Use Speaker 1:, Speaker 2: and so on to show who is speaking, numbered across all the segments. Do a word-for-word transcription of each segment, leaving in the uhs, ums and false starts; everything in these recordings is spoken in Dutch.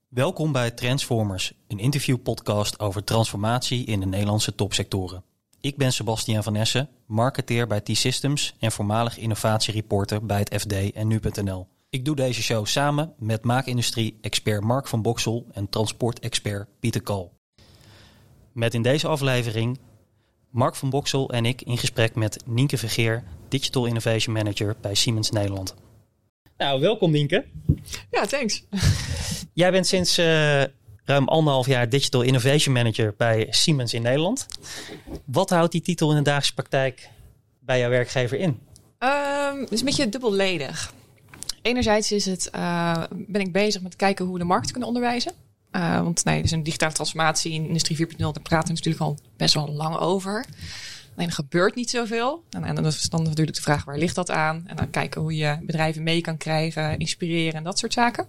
Speaker 1: Welkom bij Transformers, een interviewpodcast over transformatie in de Nederlandse topsectoren. Ik ben Sebastiaan van Essen, marketeer bij T-Systems en voormalig innovatiereporter bij het F D en nu punt n l. Ik doe deze show samen met maakindustrie-expert Mark van Boxel en transportexpert Pieter Kal. Met in deze aflevering Mark van Boxel en ik in gesprek met Nienke Vergeer, Digital Innovation Manager bij Siemens Nederland. Nou, welkom Nienke.
Speaker 2: Ja, thanks.
Speaker 1: Jij bent sinds uh, ruim anderhalf jaar Digital Innovation Manager bij Siemens in Nederland. Wat houdt die titel in de dagelijkse praktijk bij jouw werkgever in?
Speaker 2: Um, het is een beetje dubbelledig. Enerzijds is het, uh, ben ik bezig met kijken hoe we de markt kunnen onderwijzen. Uh, want nee, er is een digitale transformatie in Industrie vier punt nul. Daar praten we natuurlijk al best wel lang over. Alleen er gebeurt niet zoveel. En, en dan is dan natuurlijk de vraag, waar ligt dat aan? En dan kijken hoe je bedrijven mee kan krijgen, inspireren en dat soort zaken.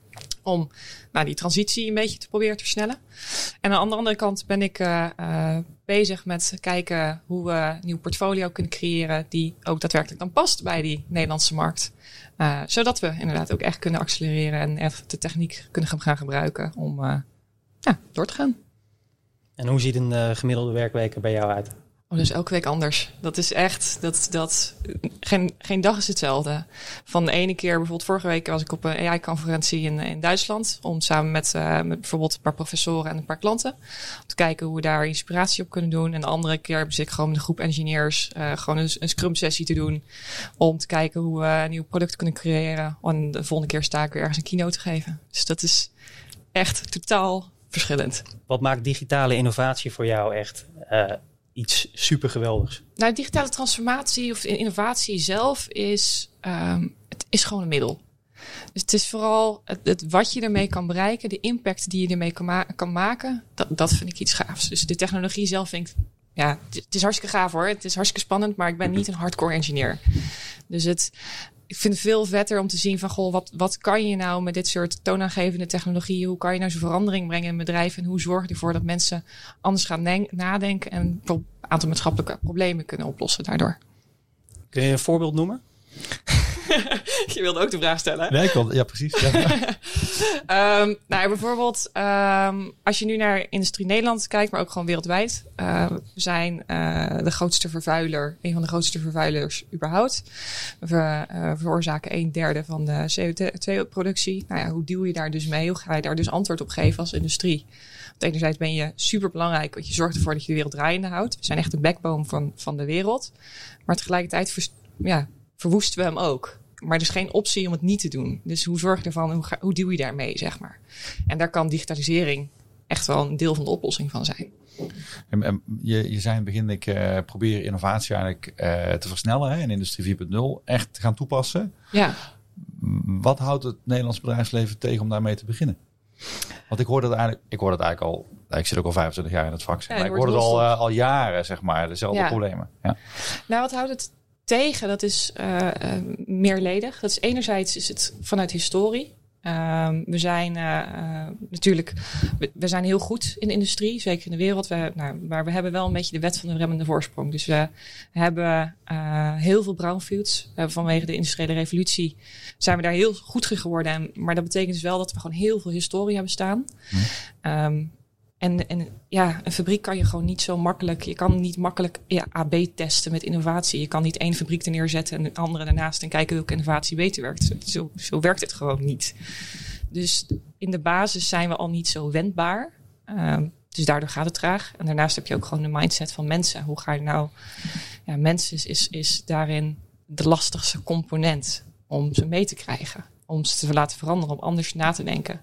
Speaker 2: Om nou, die transitie een beetje te proberen te versnellen. En aan de andere kant ben ik uh, uh, bezig met kijken hoe we een nieuw portfolio kunnen creëren die ook daadwerkelijk dan past bij die Nederlandse markt. Uh, zodat we inderdaad ook echt kunnen accelereren en echt de techniek kunnen gaan gebruiken om uh, ja, door te gaan.
Speaker 1: En hoe ziet een uh, gemiddelde werkweek er bij jou uit?
Speaker 2: Oh, dus elke week anders. Dat is echt, dat, dat, geen, geen dag is hetzelfde. Van de ene keer, bijvoorbeeld vorige week was ik op een A I-conferentie in, in Duitsland. Om samen met, uh, met bijvoorbeeld een paar professoren en een paar klanten. Om te kijken hoe we daar inspiratie op kunnen doen. En de andere keer zit ik gewoon met een groep engineers. Uh, gewoon een, een scrum sessie te doen. Om te kijken hoe we een nieuw product kunnen creëren. En de volgende keer sta ik weer ergens een keynote te geven. Dus dat is echt totaal verschillend.
Speaker 1: Wat maakt digitale innovatie voor jou echt uh, iets super geweldigs?
Speaker 2: Nou, digitale transformatie of innovatie zelf is, um, het is gewoon een middel. Dus het is vooral het, het wat je ermee kan bereiken, de impact die je ermee kan, ma- kan maken, dat, dat vind ik iets gaafs. Dus de technologie zelf vind ik, ja, het is hartstikke gaaf hoor. Het is hartstikke spannend, maar ik ben niet een hardcore engineer. Dus het, ik vind het veel vetter om te zien van, goh, wat, wat kan je nou met dit soort toonaangevende technologieën? Hoe kan je nou zo'n verandering brengen in een bedrijf? En hoe zorg je ervoor dat mensen anders gaan denk- nadenken en een aantal maatschappelijke problemen kunnen oplossen daardoor?
Speaker 1: Kun je een voorbeeld noemen?
Speaker 2: Je wilde ook de vraag stellen, hè?
Speaker 3: Nee, ik wil, ja, precies. Ja.
Speaker 2: um, nou, bijvoorbeeld, um, als je nu naar Industrie Nederland kijkt, maar ook gewoon wereldwijd. Uh, we zijn uh, de grootste vervuiler, een van de grootste vervuilers überhaupt. We uh, veroorzaken een derde van de C O twee productie. Nou ja, hoe deal je daar dus mee? Hoe ga je daar dus antwoord op geven als industrie? Want enerzijds ben je super belangrijk, want je zorgt ervoor dat je de wereld draaiende houdt. We zijn echt de backbone van, van de wereld. Maar tegelijkertijd vers, ja, verwoesten we hem ook. Maar er is geen optie om het niet te doen. Dus hoe zorg je ervan? Hoe, ga, hoe duw je daarmee, zeg maar? En daar kan digitalisering echt wel een deel van de oplossing van zijn.
Speaker 3: En, en je, je zei in het begin, ik uh, probeer innovatie eigenlijk uh, te versnellen hè, in Industrie vier punt nul. Echt te gaan toepassen.
Speaker 2: Ja.
Speaker 3: Wat houdt het Nederlands bedrijfsleven tegen om daarmee te beginnen? Want ik hoor dat eigenlijk, ik hoor dat eigenlijk al, ik zit ook al vijfentwintig jaar in het vak. Zeg,
Speaker 2: ja,
Speaker 3: maar ik hoor het al, uh, al jaren, zeg maar, dezelfde ja. problemen. Ja.
Speaker 2: Nou, wat houdt het tegen? Dat is uh, uh, meerledig. Dat is enerzijds is het vanuit historie. Uh, we zijn uh, uh, natuurlijk, we, we zijn heel goed in de industrie, zeker in de wereld. We, nou, maar we hebben wel een beetje de wet van de remmende voorsprong. Dus we hebben uh, heel veel brownfields. Uh, vanwege de industriële revolutie zijn we daar heel goed in geworden. En, maar dat betekent dus wel dat we gewoon heel veel historie hebben staan. Hm. Um, En, en ja, een fabriek kan je gewoon niet zo makkelijk... Je kan niet makkelijk ja, A B testen met innovatie. Je kan niet één fabriek er neerzetten en de andere daarnaast... en kijken welke innovatie beter werkt. Zo, zo werkt het gewoon niet. Dus in de basis zijn we al niet zo wendbaar. Um, dus daardoor gaat het traag. En daarnaast heb je ook gewoon de mindset van mensen. Hoe ga je nou... Ja, mensen is, is, is daarin de lastigste component om ze mee te krijgen. Om ze te laten veranderen, om anders na te denken.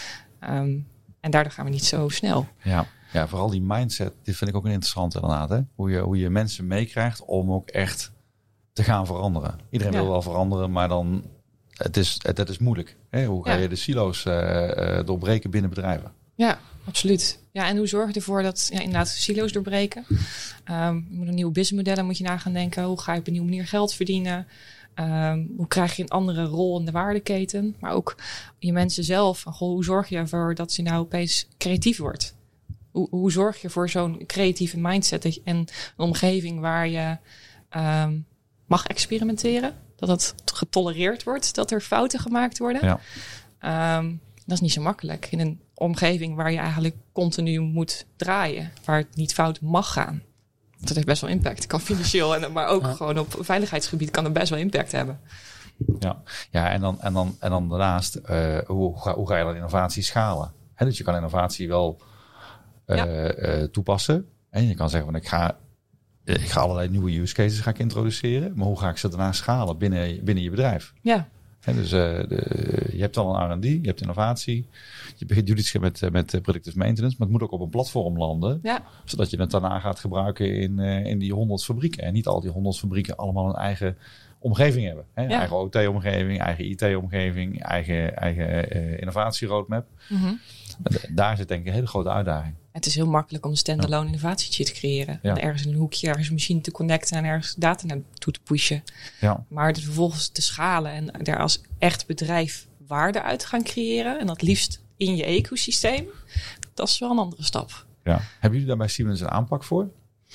Speaker 2: Um, En daardoor gaan we niet zo snel.
Speaker 3: Ja, ja, vooral die mindset, dit vind ik ook een interessante inderdaad. Hè? Hoe, je, hoe je mensen meekrijgt om ook echt te gaan veranderen. Iedereen ja. wil wel veranderen, maar dan het is het, het is moeilijk. Hè? Hoe ga ja. je de silo's uh, uh, doorbreken binnen bedrijven?
Speaker 2: Ja, absoluut. Ja, en hoe zorg je ervoor dat ja, inderdaad silo's doorbreken? Um, je moet een nieuwe businessmodellen moet je na gaan denken. Hoe ga je op een nieuwe manier geld verdienen? Um, hoe krijg je een andere rol in de waardeketen? Maar ook je mensen zelf. Goh, hoe zorg je ervoor dat ze nou opeens creatief wordt? Hoe, hoe zorg je voor zo'n creatieve mindset en een omgeving waar je um, mag experimenteren? Dat het getolereerd wordt, dat er fouten gemaakt worden.
Speaker 3: Ja.
Speaker 2: Um, Dat is niet zo makkelijk. In een omgeving waar je eigenlijk continu moet draaien. Waar het niet fout mag gaan. Dat heeft best wel impact. Het kan financieel, en, maar ook ja. gewoon op veiligheidsgebied kan het best wel impact hebben.
Speaker 3: Ja, ja en, dan, en, dan, en dan daarnaast, uh, hoe, ga, hoe ga je dan innovatie schalen? He, dus je kan innovatie wel uh, ja. uh, toepassen. En je kan zeggen, van, ik ga, ik ga allerlei nieuwe use cases ga ik introduceren. Maar hoe ga ik ze daarna schalen binnen, binnen je bedrijf?
Speaker 2: Ja.
Speaker 3: He, dus uh, de, je hebt al een R en D, je hebt innovatie. Je begint jullie met, met predictive maintenance. Maar het moet ook op een platform landen. Ja. Zodat je het daarna gaat gebruiken in, uh, in die honderd fabrieken. En niet al die honderd fabrieken allemaal een eigen omgeving hebben. Hè? Ja. Eigen O T-omgeving, eigen I T-omgeving, eigen, eigen uh, innovatieroadmap. Mm-hmm. Daar zit denk ik een hele grote uitdaging.
Speaker 2: Het is heel makkelijk om een standalone ja. innovatietje te creëren. Ja. Ergens in een hoekje, ergens een machine te connecten en ergens data naartoe te pushen. Ja. Maar het vervolgens te schalen en daar als echt bedrijf waarde uit te gaan creëren. En dat liefst in je ecosysteem. Dat is wel een andere stap.
Speaker 3: Ja. Hebben jullie daar bij Siemens een aanpak voor?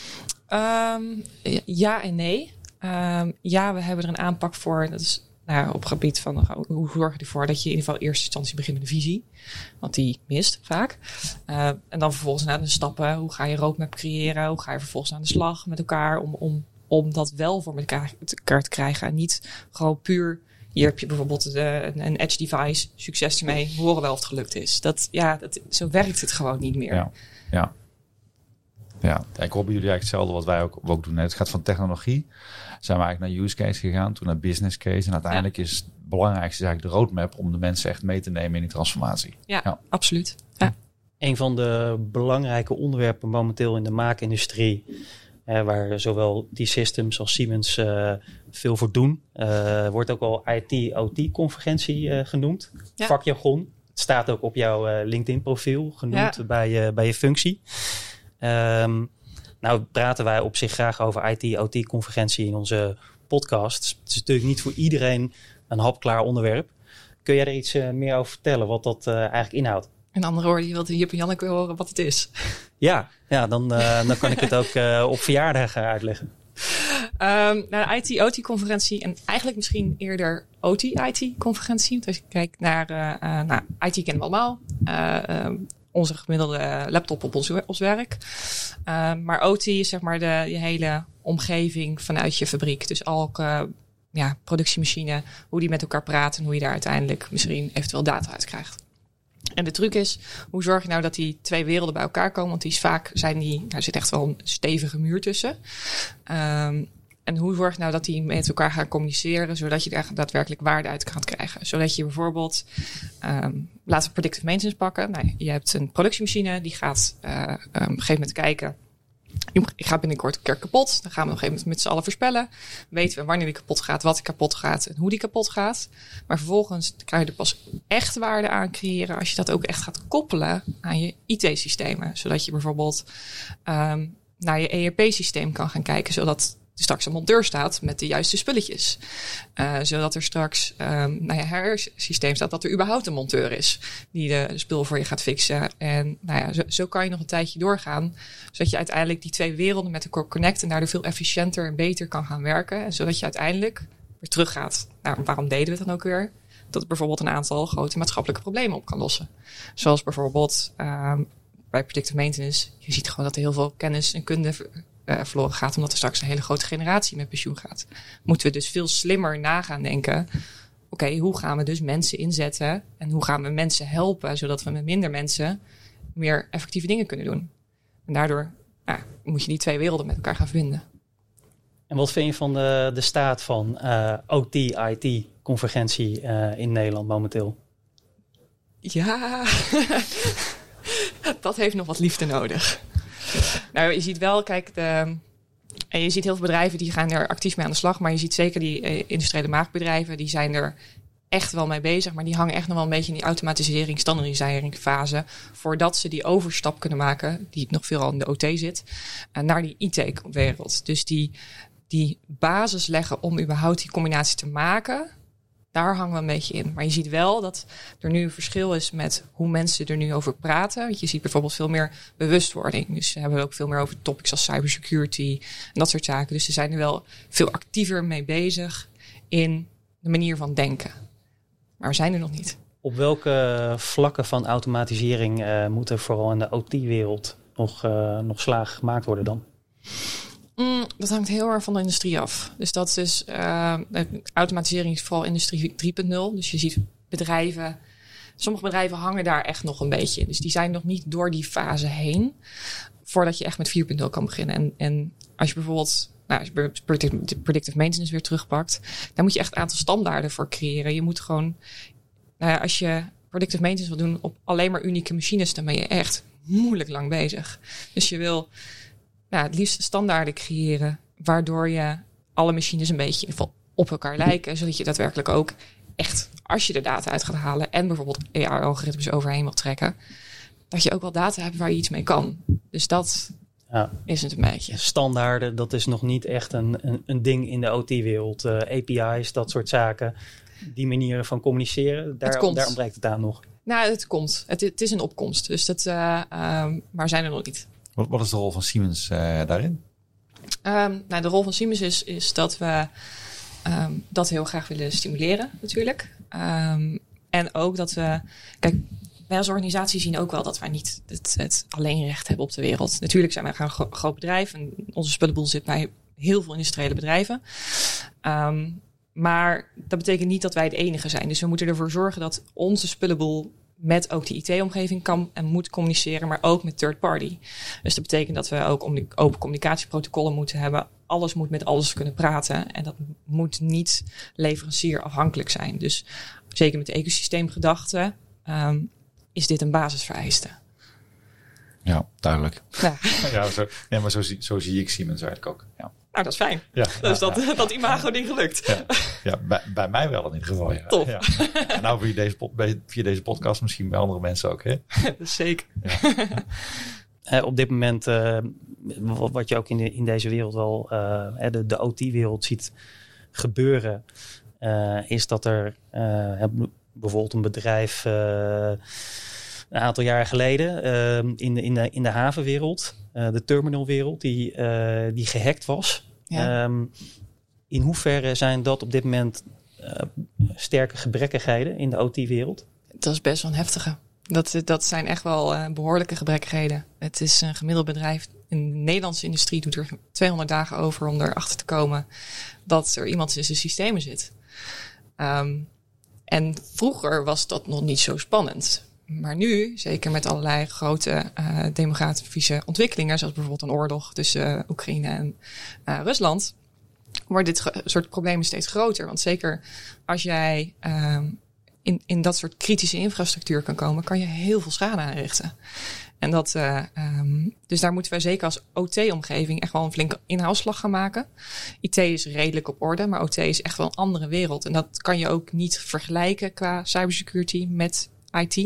Speaker 2: Um, ja en nee. Um, ja, we hebben er een aanpak voor. Dat is nou, op het gebied van hoe zorg je ervoor dat je in ieder geval in eerste instantie begint met een visie. Want die mist vaak. Uh, en dan vervolgens naar de stappen. Hoe ga je roadmap creëren? Hoe ga je vervolgens aan de slag met elkaar om, om, om dat wel voor elkaar te krijgen. En niet gewoon puur. Hier heb je bijvoorbeeld de, een edge device. Succes ermee. We horen wel of het gelukt is. Dat, ja, dat, zo werkt het gewoon niet meer.
Speaker 3: Ja, ja. Ja, ik hoop bij jullie eigenlijk hetzelfde wat wij ook, ook doen. Het gaat van technologie. Zijn we eigenlijk naar use case gegaan, toen naar business case. En uiteindelijk ja. is het belangrijkste is eigenlijk de roadmap om de mensen echt mee te nemen in die transformatie.
Speaker 2: Ja, ja. absoluut. Ja.
Speaker 1: Een van de belangrijke onderwerpen momenteel in de maakindustrie, eh, waar zowel T-Systems als Siemens uh, veel voor doen, uh, wordt ook wel I T-O T-convergentie uh, genoemd. Ja. Vakjargon. Het staat ook op jouw uh, LinkedIn-profiel genoemd ja. bij, uh, bij je functie. Um, nou praten wij op zich graag over I T-O T-convergentie in onze podcast. Het is natuurlijk niet voor iedereen een hapklaar onderwerp. Kun jij er iets uh, meer over vertellen wat dat uh, eigenlijk inhoudt?
Speaker 2: In andere woorden, je wilt hier van Janneke horen wat het is.
Speaker 1: Ja, ja dan, uh, dan kan ik het ook uh, op verjaardag uitleggen.
Speaker 2: Um, nou, de I T-O T-conferentie en eigenlijk misschien eerder O T-I T-conferentie. Want als je kijkt naar, uh, uh, nou, I T kennen we allemaal. Uh, um, onze gemiddelde laptop op ons, ons werk. Uh, maar O T is zeg maar de je hele omgeving vanuit je fabriek. Dus elke uh, ja, productiemachine, hoe die met elkaar praten en hoe je daar uiteindelijk misschien eventueel data uit krijgt. En de truc is, hoe zorg je nou dat die twee werelden bij elkaar komen? Want die is vaak zijn die, daar zit echt wel een stevige muur tussen. Um, En hoe zorg je nou dat die met elkaar gaan communiceren, zodat je daar daadwerkelijk waarde uit kan krijgen. Zodat je bijvoorbeeld, um, laten we predictive maintenance pakken. Nou, je hebt een productiemachine, die gaat uh, um, op een gegeven moment kijken. Ik ga binnenkort een keer kapot. Dan gaan we op een gegeven moment met z'n allen voorspellen. Weten we wanneer die kapot gaat, wat die kapot gaat en hoe die kapot gaat. Maar vervolgens kan je er pas echt waarde aan creëren als je dat ook echt gaat koppelen aan je I T-systemen. Zodat je bijvoorbeeld um, naar je E R P-systeem kan gaan kijken, zodat er straks een monteur staat met de juiste spulletjes. Uh, zodat er straks um, nou ja, H R-systeem staat dat er überhaupt een monteur is die de, de spul voor je gaat fixen. En nou ja, zo, zo kan je nog een tijdje doorgaan, zodat je uiteindelijk die twee werelden met elkaar connect en daardoor veel efficiënter en beter kan gaan werken. En zodat je uiteindelijk weer teruggaat. Nou, waarom deden we het dan ook weer? Dat het bijvoorbeeld een aantal grote maatschappelijke problemen op kan lossen. Zoals bijvoorbeeld um, bij predictive maintenance. Je ziet gewoon dat er heel veel kennis en kunde Uh, verloren gaat, omdat er straks een hele grote generatie met pensioen gaat. Moeten we dus veel slimmer na gaan denken. Oké, okay, hoe gaan we dus mensen inzetten en hoe gaan we mensen helpen, zodat we met minder mensen meer effectieve dingen kunnen doen. En daardoor nou, moet je die twee werelden met elkaar gaan verbinden.
Speaker 1: En wat vind je van de, de staat van uh, O T-I T-convergentie uh, in Nederland momenteel?
Speaker 2: Ja, dat heeft nog wat liefde nodig. Nou, je ziet wel, kijk, de, en je ziet heel veel bedrijven die gaan er actief mee aan de slag. Maar je ziet zeker die uh, industriële maakbedrijven, die zijn er echt wel mee bezig. Maar die hangen echt nog wel een beetje in die automatisering, standaardisering fase. Voordat ze die overstap kunnen maken, die nog veel in de O T zit, uh, naar die I T-wereld. Dus die, die basis leggen om überhaupt die combinatie te maken, daar hangen we een beetje in. Maar je ziet wel dat er nu een verschil is met hoe mensen er nu over praten. Want je ziet bijvoorbeeld veel meer bewustwording. Dus ze hebben ook veel meer over topics als cybersecurity en dat soort zaken. Dus ze zijn er wel veel actiever mee bezig in de manier van denken. Maar we zijn er nog niet.
Speaker 1: Op welke vlakken van automatisering uh, moet er vooral in de O T-wereld nog, uh, nog slagen gemaakt worden dan?
Speaker 2: Mm, dat hangt heel erg van de industrie af. Dus dat is uh, automatisering is vooral industrie drie punt nul. Dus je ziet bedrijven, sommige bedrijven hangen daar echt nog een beetje in. Dus die zijn nog niet door die fase heen voordat je echt met vier punt nul kan beginnen. En, en als je bijvoorbeeld nou, als je predictive maintenance weer terugpakt, dan moet je echt een aantal standaarden voor creëren. Je moet gewoon, nou ja, als je predictive maintenance wil doen op alleen maar unieke machines, dan ben je echt moeilijk lang bezig. Dus je wil nou, het liefst standaarden creëren, waardoor je alle machines een beetje in ieder geval op elkaar lijken, zodat je daadwerkelijk ook echt, als je de data uit gaat halen en bijvoorbeeld A I-algoritmes overheen wil trekken, dat je ook wel data hebt waar je iets mee kan. Dus dat ja. is het een beetje.
Speaker 1: Standaarden, dat is nog niet echt een, een, een ding in de O T-wereld. Uh, A P I's, dat soort zaken. Die manieren van communiceren, daar, daar ontbreekt het aan nog.
Speaker 2: Nou, het komt. Het, het is een opkomst. Dus dat, uh, um, maar zijn er nog niet.
Speaker 3: Wat, wat is de rol van Siemens uh, daarin?
Speaker 2: Um, nou, de rol van Siemens is, is dat we um, dat heel graag willen stimuleren, natuurlijk. Um, en ook dat we... Kijk, wij als organisatie zien ook wel dat wij niet het, het alleenrecht hebben op de wereld. Natuurlijk zijn wij een gro- groot bedrijf en onze spullenboel zit bij heel veel industriële bedrijven. Um, maar dat betekent niet dat wij het enige zijn. Dus we moeten ervoor zorgen dat onze spullenboel met ook de I T-omgeving kan en moet communiceren, maar ook met third party. Dus dat betekent dat we ook open communicatieprotocollen moeten hebben. Alles moet met alles kunnen praten en dat moet niet leverancier afhankelijk zijn. Dus zeker met de ecosysteemgedachte um, is dit een basisvereiste.
Speaker 3: Ja, duidelijk.
Speaker 2: Ja,
Speaker 3: ja, zo, ja maar zo zie, zo zie ik Siemens eigenlijk ook. Ja.
Speaker 2: Nou, dat is fijn.
Speaker 3: Ja,
Speaker 2: dus
Speaker 3: ja,
Speaker 2: dat,
Speaker 3: ja,
Speaker 2: dat imago-ding gelukt.
Speaker 3: Ja, ja bij, bij mij wel in ieder geval. Ja.
Speaker 2: Top.
Speaker 3: Ja. En nou via deze, via deze podcast misschien bij andere mensen ook. Hè?
Speaker 2: Zeker.
Speaker 3: Ja.
Speaker 1: Uh, op dit moment, uh, wat je ook in, de, in deze wereld wel, uh, de, de O T-wereld ziet gebeuren, uh, is dat er uh, bijvoorbeeld een bedrijf uh, een aantal jaren geleden uh, in, de, in, de, in de havenwereld, uh, de terminalwereld, die, uh, die gehackt was. Ja. Um, in hoeverre zijn dat op dit moment uh, sterke gebrekkigheden in de O T-wereld?
Speaker 2: Dat is best wel een heftige. Dat, dat zijn echt wel uh, behoorlijke gebrekkigheden. Het is een gemiddeld bedrijf. In de Nederlandse industrie doet er tweehonderd dagen over om erachter te komen dat er iemand in zijn systemen zit. Um, en vroeger was dat nog niet zo spannend. Maar nu, zeker met allerlei grote uh, demografische ontwikkelingen, zoals bijvoorbeeld een oorlog tussen uh, Oekraïne en uh, Rusland, wordt dit ge- soort problemen steeds groter. Want zeker als jij um, in, in dat soort kritische infrastructuur kan komen, kan je heel veel schade aanrichten. En dat, uh, um, dus daar moeten wij zeker als O T-omgeving echt wel een flinke inhaalslag gaan maken. I T is redelijk op orde, maar O T is echt wel een andere wereld. En dat kan je ook niet vergelijken qua cybersecurity met I T.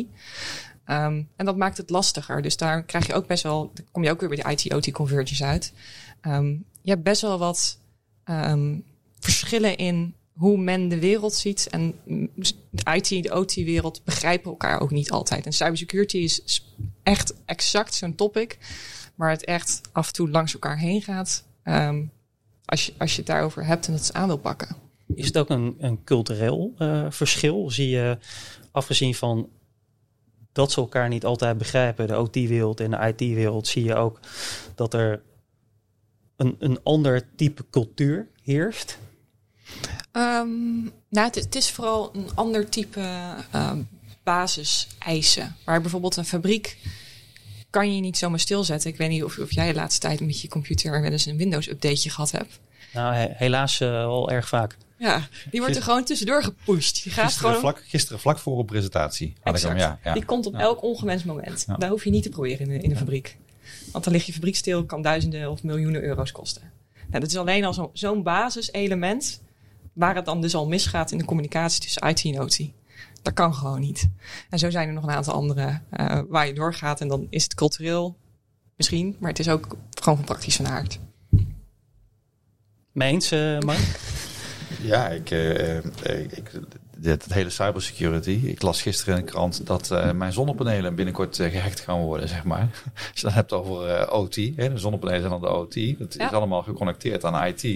Speaker 2: Um, en dat maakt het lastiger. Dus daar krijg je ook best wel, dan kom je ook weer bij de I T-O T convergence uit. Um, je hebt best wel wat um, verschillen in hoe men de wereld ziet. En de I T, de O T-wereld begrijpen elkaar ook niet altijd. En cybersecurity is echt exact zo'n topic, waar het echt af en toe langs elkaar heen gaat. Um, als je, als je het daarover hebt en het aan wil pakken.
Speaker 1: Is het ook een, een cultureel uh, verschil? Zie je, afgezien van dat ze elkaar niet altijd begrijpen, de O T-wereld en de I T-wereld, zie je ook dat er een, een ander type cultuur heerst?
Speaker 2: Um, nou, het, het is vooral een ander type uh, basiseisen. Waar bijvoorbeeld een fabriek kan je niet zomaar stilzetten. Ik weet niet of, of jij de laatste tijd met je computer wel eens een Windows-updateje gehad hebt.
Speaker 1: Nou, he, helaas uh, al erg vaak.
Speaker 2: Ja, die wordt er gewoon tussendoor gepusht. Die gaat
Speaker 3: gisteren,
Speaker 2: gewoon...
Speaker 3: vlak, gisteren vlak voor een presentatie. Had ik hem, ja, ja.
Speaker 2: Die komt op
Speaker 3: ja.
Speaker 2: elk ongewenst moment. Ja. Daar hoef je niet te proberen in de, in de
Speaker 3: ja.
Speaker 2: fabriek. Want dan ligt je fabriek stil, kan duizenden of miljoenen euro's kosten. Nou, dat is alleen al zo, zo'n basiselement waar het dan dus al misgaat in de communicatie tussen I T en O T. Dat kan gewoon niet. En zo zijn er nog een aantal andere uh, waar je doorgaat. En dan is het cultureel misschien, maar het is ook gewoon van praktisch van aard.
Speaker 1: Mee eens, uh, Mark?
Speaker 3: Ja, ik, uh, ik, het hele cybersecurity. Ik las gisteren in de krant dat uh, mijn zonnepanelen binnenkort uh, gehackt gaan worden, zeg maar. Als je dan hebt over uh, O T, hè, de zonnepanelen zijn dan de O T. Dat ja. is allemaal geconnecteerd aan I T.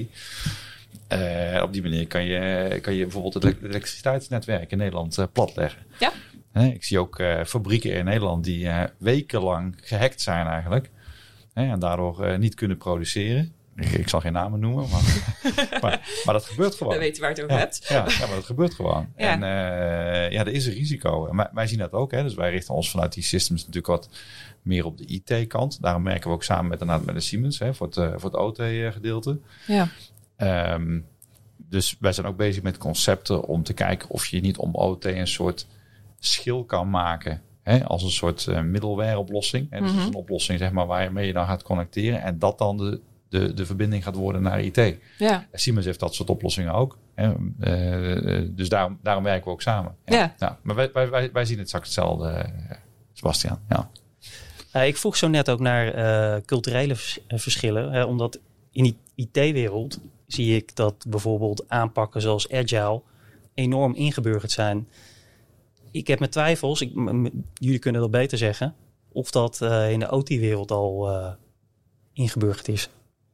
Speaker 3: Uh, op die manier kan je, kan je bijvoorbeeld het elektriciteitsnetwerk in Nederland uh, platleggen.
Speaker 2: Ja.
Speaker 3: Hè, ik zie ook uh, fabrieken in Nederland die uh, wekenlang gehackt zijn eigenlijk. Hè, en daardoor uh, niet kunnen produceren. Ik, ik zal geen namen noemen, maar, maar, maar dat gebeurt gewoon.
Speaker 2: We weten waar het over
Speaker 3: ja,
Speaker 2: hebt.
Speaker 3: Ja, ja, maar dat gebeurt gewoon.
Speaker 2: Ja.
Speaker 3: En uh, ja, er is een risico. En wij, wij zien dat ook. Hè, dus wij richten ons vanuit die systems natuurlijk wat meer op de I T-kant. Daarom werken we ook samen met, met de Siemens hè, voor het, uh, voor het O T-gedeelte.
Speaker 2: Ja.
Speaker 3: Um, dus wij zijn ook bezig met concepten om te kijken of je niet om O T een soort schil kan maken. Hè, als een soort uh, middleware oplossing. Hè, dus mm-hmm. een oplossing zeg maar, waarmee je dan gaat connecteren. En dat dan de, de, de verbinding gaat worden naar I T.
Speaker 2: Ja.
Speaker 3: Siemens heeft dat soort oplossingen ook. Hè, uh, dus daarom, daarom werken we ook samen. Ja.
Speaker 2: Ja.
Speaker 3: Ja, maar wij, wij, wij, wij zien het exact hetzelfde, uh, Sebastian. Ja.
Speaker 1: Uh, ik vroeg zo net ook naar uh, culturele vers- verschillen. Uh, omdat in die I T-wereld zie ik dat bijvoorbeeld aanpakken zoals Agile enorm ingeburgerd zijn. Ik heb mijn twijfels, ik, m- m- jullie kunnen dat beter zeggen, of dat uh, in de O T-wereld al uh, ingeburgerd is.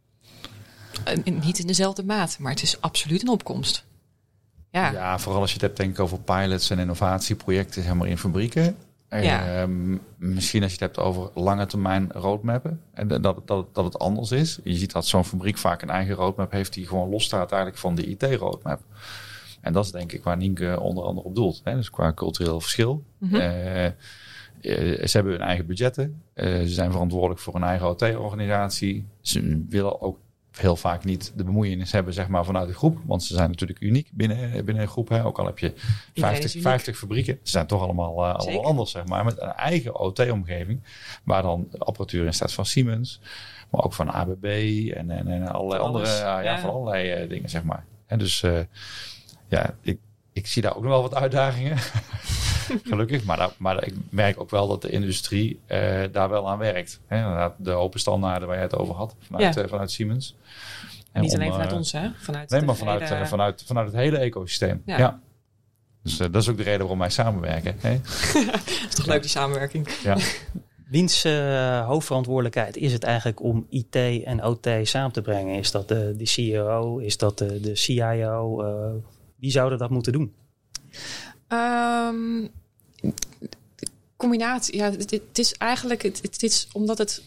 Speaker 2: Uh, niet in dezelfde mate, maar het is absoluut een opkomst. Ja,
Speaker 3: ja, vooral als je het hebt denk ik over pilots en innovatieprojecten zeg maar, in fabrieken.
Speaker 2: Ja.
Speaker 3: Uh, misschien als je het hebt over lange termijn roadmappen. En dat, dat, dat het anders is. Je ziet dat zo'n fabriek vaak een eigen roadmap heeft die gewoon losstaat eigenlijk van de I T-roadmap. En dat is denk ik waar Nienke onder andere op doelt. Hè? Dus qua cultureel verschil.
Speaker 2: Mm-hmm.
Speaker 3: Uh, uh, ze hebben hun eigen budgetten. Uh, ze zijn verantwoordelijk voor hun eigen O T-organisatie. Ze willen ook heel vaak niet de bemoeienis hebben zeg maar, vanuit de groep. Want ze zijn natuurlijk uniek binnen, binnen een groep. Hè. Ook al heb je vijftig, vijftig fabrieken. Ze zijn toch allemaal, uh, allemaal anders. Zeg maar, met een eigen O T-omgeving. Waar dan de apparatuur in staat van Siemens. Maar ook van A B B. En, en, en allerlei
Speaker 2: van
Speaker 3: andere. Uh, ja,
Speaker 2: ja.
Speaker 3: Van allerlei uh, dingen zeg maar. En dus uh, ja, ik, ik zie daar ook nog wel wat uitdagingen. Gelukkig. Maar, dat, maar ik merk ook wel dat de industrie uh, daar wel aan werkt. Hè, de open standaarden waar je het over had. Vanuit, ja. uh, vanuit Siemens.
Speaker 2: En Niet
Speaker 3: om,
Speaker 2: alleen vanuit
Speaker 3: uh,
Speaker 2: ons, hè? Vanuit
Speaker 3: nee, maar vanuit,
Speaker 2: hele...
Speaker 3: uh, vanuit, vanuit het hele ecosysteem. Ja. ja. Dus uh, dat is ook de reden waarom wij samenwerken. Hè?
Speaker 2: Dat is toch leuk, die samenwerking.
Speaker 3: Ja.
Speaker 1: Wiens uh, hoofdverantwoordelijkheid is het eigenlijk om I T en O T samen te brengen? Is dat de, de C E O? Is dat de, de C I O? Uh, wie zouden dat moeten doen?
Speaker 2: Um, combinatie. Ja, het, het is eigenlijk... Het, het is omdat het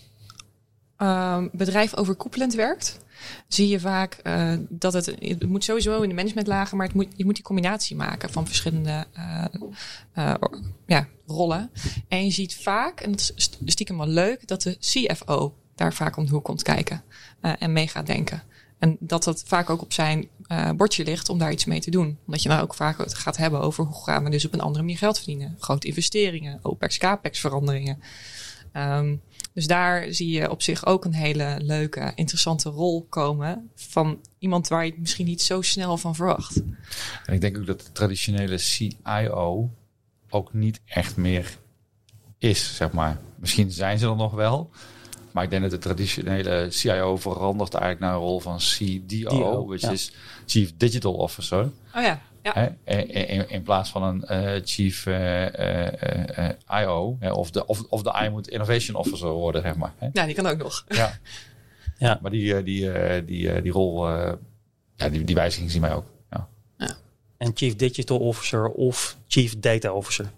Speaker 2: um, bedrijf overkoepelend werkt... zie je vaak uh, dat het... Het moet sowieso in de managementlagen... maar het moet, je moet die combinatie maken van verschillende uh, uh, ja, rollen. En je ziet vaak, en dat is stiekem wel leuk... dat de C F O daar vaak om de hoek komt kijken uh, en mee gaat denken. En dat dat vaak ook op zijn uh, bordje ligt om daar iets mee te doen. Omdat je nou ook vaak het gaat hebben over... hoe gaan we dus op een andere manier geld verdienen. Grote investeringen, OPEX, CAPEX veranderingen... Um, dus daar zie je op zich ook een hele leuke, interessante rol komen... van iemand waar je het misschien niet zo snel van verwacht.
Speaker 3: En ik denk ook dat de traditionele C I O ook niet echt meer is, zeg maar. Misschien zijn ze er nog wel... maar ik denk dat de traditionele C I O verandert eigenlijk naar een rol van C D O... which ja. is Chief Digital Officer.
Speaker 2: Oh ja. Ja.
Speaker 3: Hè, in, in, in plaats van een uh, chief uh, uh, uh, I O. Hè, of, de, of, of de I moet innovation officer worden, zeg maar. Hè.
Speaker 2: Ja, die kan ook nog.
Speaker 3: Ja, ja. Maar die, die, die, die, die rol, uh, ja, die, die wijziging zien wij ook. Ja.
Speaker 1: Ja. En chief digital officer of chief data officer.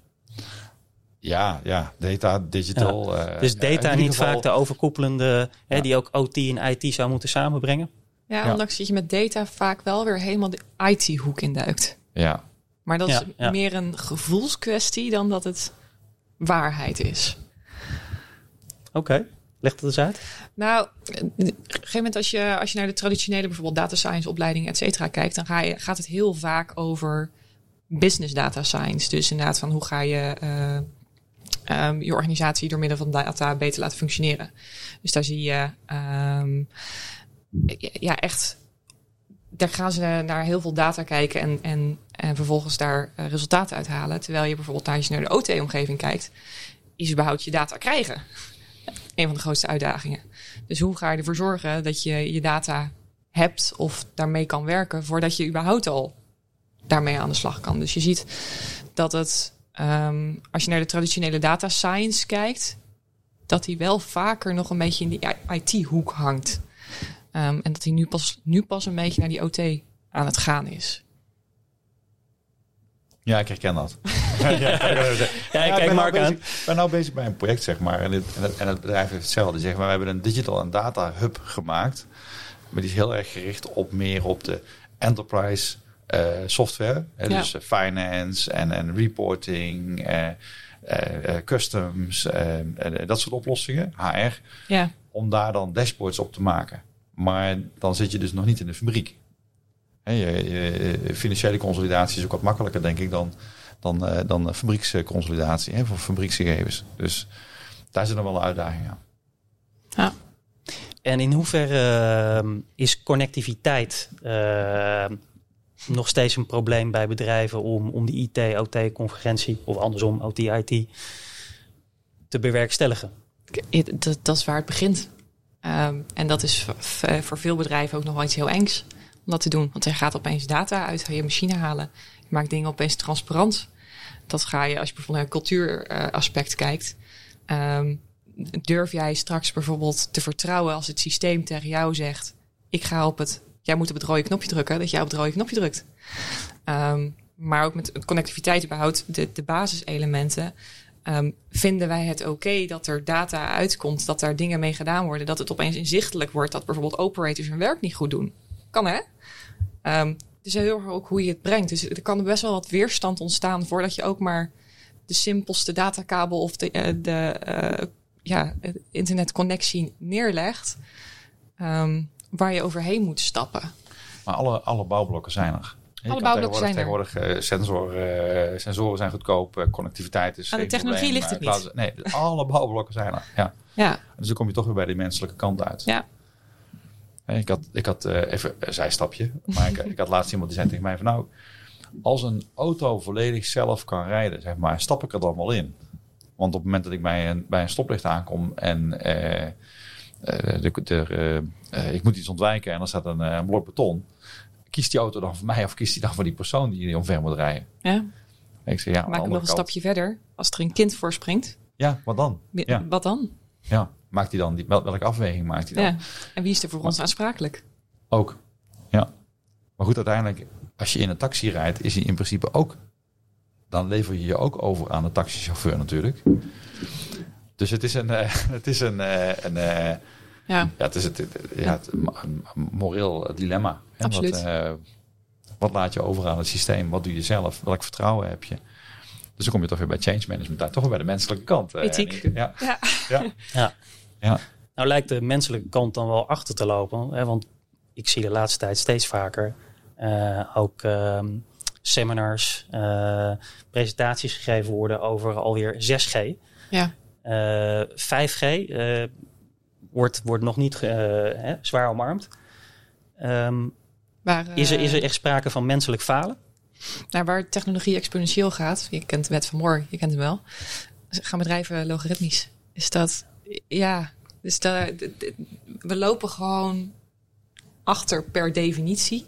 Speaker 3: Ja, ja, data, digital.
Speaker 1: Ja.
Speaker 3: Uh,
Speaker 1: dus data
Speaker 3: uh,
Speaker 1: niet
Speaker 3: geval...
Speaker 1: vaak de overkoepelende,
Speaker 3: ja.
Speaker 1: hè, die ook O T en I T zou moeten samenbrengen?
Speaker 2: Ja, ja. ondanks dat je met data vaak wel weer helemaal de I T-hoek induikt.
Speaker 3: Ja.
Speaker 2: Maar dat
Speaker 1: ja,
Speaker 2: is
Speaker 1: ja.
Speaker 2: meer een gevoelskwestie dan dat het waarheid is.
Speaker 1: Oké, okay. Leg dat eens uit.
Speaker 2: Nou, op een gegeven moment als je, als je naar de traditionele bijvoorbeeld data science opleidingen, et cetera, kijkt, dan ga je, gaat het heel vaak over business data science. Dus inderdaad van hoe ga je uh, um, je organisatie door middel van data beter laten functioneren. Dus daar zie je um, ja echt... Daar gaan ze naar heel veel data kijken en, en, en vervolgens daar uh, resultaten uithalen. Terwijl je bijvoorbeeld als je naar de O T-omgeving kijkt, is überhaupt je data krijgen. Een van de grootste uitdagingen. Dus hoe ga je ervoor zorgen dat je je data hebt of daarmee kan werken voordat je überhaupt al daarmee aan de slag kan. Dus je ziet dat het, um, als je naar de traditionele data science kijkt, dat die wel vaker nog een beetje in die I T-hoek hangt. Um, en dat hij nu pas, nu pas een beetje naar die O T aan het gaan is.
Speaker 3: Ja, ik herken dat. ja, ja,
Speaker 1: ja, kijk Mark aan.
Speaker 3: Ik ben nou bezig bij een project, zeg maar. En het, en het, en het bedrijf heeft hetzelfde. Die zegt, maar we hebben een digital en data hub gemaakt. Maar die is heel erg gericht op meer op de enterprise uh, software. Hè, ja. Dus uh, finance en, en reporting, uh, uh, uh, customs, uh, uh, dat soort oplossingen, H R.
Speaker 2: Ja.
Speaker 3: Om daar dan dashboards op te maken. Maar dan zit je dus nog niet in de fabriek. He, je, je, financiële consolidatie is ook wat makkelijker, denk ik, dan, dan, uh, dan fabrieksconsolidatie he, voor fabrieksgegevens. Dus daar zit nog wel een uitdaging aan.
Speaker 2: Ja.
Speaker 1: En in hoeverre uh, is connectiviteit uh, nog steeds een probleem bij bedrijven om, om die I T-O T-convergentie, of andersom O T I T, te bewerkstelligen?
Speaker 2: Dat, dat is waar het begint. Um, en dat is v- voor veel bedrijven ook nog wel iets heel engs om dat te doen. Want je gaat opeens data uit je machine halen. Je maakt dingen opeens transparant. Dat ga je, als je bijvoorbeeld naar een cultuuraspect kijkt. Um, durf jij straks bijvoorbeeld te vertrouwen als het systeem tegen jou zegt, ik ga op het, jij moet op het rode knopje drukken, dat jij op het rode knopje drukt. Um, maar ook met connectiviteit überhaupt, de, de basiselementen. Um, vinden wij het oké okay dat er data uitkomt, dat daar dingen mee gedaan worden, dat het opeens inzichtelijk wordt dat bijvoorbeeld operators hun werk niet goed doen? Kan hè? Um, dus heel erg ook hoe je het brengt. Dus er kan best wel wat weerstand ontstaan voordat je ook maar de simpelste datakabel of de, uh, de uh, ja, internetconnectie neerlegt, um, waar je overheen moet stappen.
Speaker 3: Maar alle, alle bouwblokken zijn er. Je
Speaker 2: Alle bouwblokken zijn er.
Speaker 3: Tegenwoordig uh, sensor, uh, sensoren zijn goedkoop, uh, connectiviteit is
Speaker 2: Aan de
Speaker 3: geen
Speaker 2: technologie
Speaker 3: probleem.
Speaker 2: ligt het
Speaker 3: uh,
Speaker 2: niet.
Speaker 3: Nee, alle bouwblokken zijn er. Ja.
Speaker 2: Ja.
Speaker 3: Dus dan kom je toch weer bij de menselijke kant uit.
Speaker 2: Ja.
Speaker 3: Hey, ik had, ik had uh, even een zijstapje, maar ik, ik had laatst iemand die zei tegen mij van nou, als een auto volledig zelf kan rijden, zeg maar, stap ik er dan wel in. Want op het moment dat ik bij een, bij een stoplicht aankom en uh, uh, de, de, uh, uh, ik moet iets ontwijken en er staat een, uh, een blok beton, kiest die auto dan voor mij of kiest die dan voor die persoon die omver moet rijden?
Speaker 2: Ja.
Speaker 3: En ik zeg, ja,
Speaker 2: maak ik nog een
Speaker 3: kant,
Speaker 2: stapje verder. Als er een kind voor springt.
Speaker 3: Ja, wat dan? Ja.
Speaker 2: Wat dan?
Speaker 3: Ja, maakt hij dan die, welke afweging maakt hij dan?
Speaker 2: Ja. En wie is er voor ons aansprakelijk?
Speaker 3: Ook, ja. Maar goed, uiteindelijk, als je in een taxi rijdt, is hij in principe ook, dan lever je je ook over aan de taxichauffeur natuurlijk. Dus het is een, uh, het is een, uh, een uh, ja. ja, het is het, het, ja, het een moreel dilemma. Hè?
Speaker 2: Absoluut.
Speaker 3: Wat, uh, wat laat je over aan het systeem? Wat doe je zelf? Welk vertrouwen heb je? Dus dan kom je toch weer bij change management, daar toch weer bij de menselijke kant. Uh,
Speaker 2: Ethiek.
Speaker 3: Ja.
Speaker 2: Ja.
Speaker 3: Ja.
Speaker 1: Ja.
Speaker 3: Ja.
Speaker 1: Nou lijkt de menselijke kant dan wel achter te lopen. Hè? Want ik zie de laatste tijd steeds vaker uh, ook uh, seminars, uh, presentaties gegeven worden over alweer zes G.
Speaker 2: Ja.
Speaker 1: Uh, vijf G uh, wordt, wordt nog niet uh, hè, zwaar omarmd. Um,
Speaker 2: waar, uh,
Speaker 1: is, er, is er echt sprake van menselijk falen?
Speaker 2: Nou, waar technologie exponentieel gaat, je kent de wet van Moore, je kent hem wel, gaan bedrijven logaritmisch. Is dat, ja, dus dat, we lopen gewoon achter per definitie.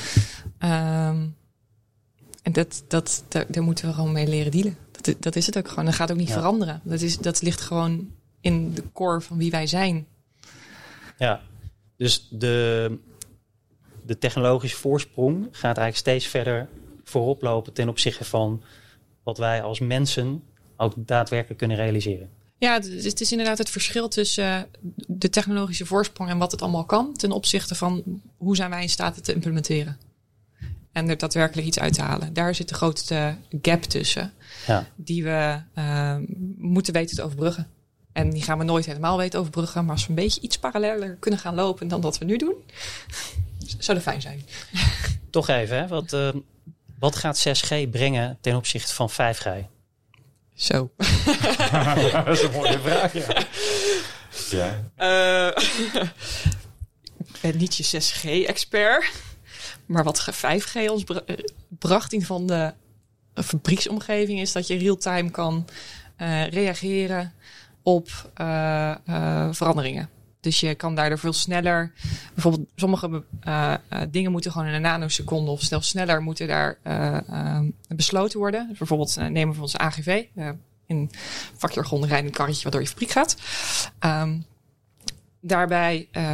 Speaker 2: Um, en dat, dat, daar, daar moeten we gewoon mee leren dealen. Dat, dat is het ook gewoon. Dat gaat ook niet ja. veranderen. Dat, is, dat ligt gewoon in de core van wie wij zijn.
Speaker 1: Ja, dus de, de technologische voorsprong gaat eigenlijk steeds verder voorop lopen ten opzichte van wat wij als mensen ook daadwerkelijk kunnen realiseren.
Speaker 2: Ja, het is inderdaad het verschil tussen de technologische voorsprong en wat het allemaal kan ten opzichte van hoe zijn wij in staat het te implementeren. En er daadwerkelijk iets uit te halen. Daar zit de grootste gap tussen. Ja. Die we uh, moeten weten te overbruggen. En die gaan we nooit helemaal weten overbruggen. Maar als we een beetje iets paralleler kunnen gaan lopen dan dat we nu doen, zou dat fijn zijn.
Speaker 1: Toch even, hè? Wat, uh, wat gaat zes G brengen ten opzichte van vijf G?
Speaker 2: Zo.
Speaker 3: Dat is een mooie vraag, ja.
Speaker 2: ja. Uh, ik ben niet je zes G-expert. Maar wat vijf G ons bracht in van de fabrieksomgeving is dat je real-time kan uh, reageren op uh, uh, veranderingen. Dus je kan daardoor veel sneller, bijvoorbeeld sommige uh, uh, dingen moeten gewoon in een nanoseconde of zelfs sneller moeten daar uh, uh, besloten worden. Dus bijvoorbeeld uh, nemen we onze A G V, uh, in vakjargon rijden een karretje wat door je fabriek gaat. Um, daarbij uh,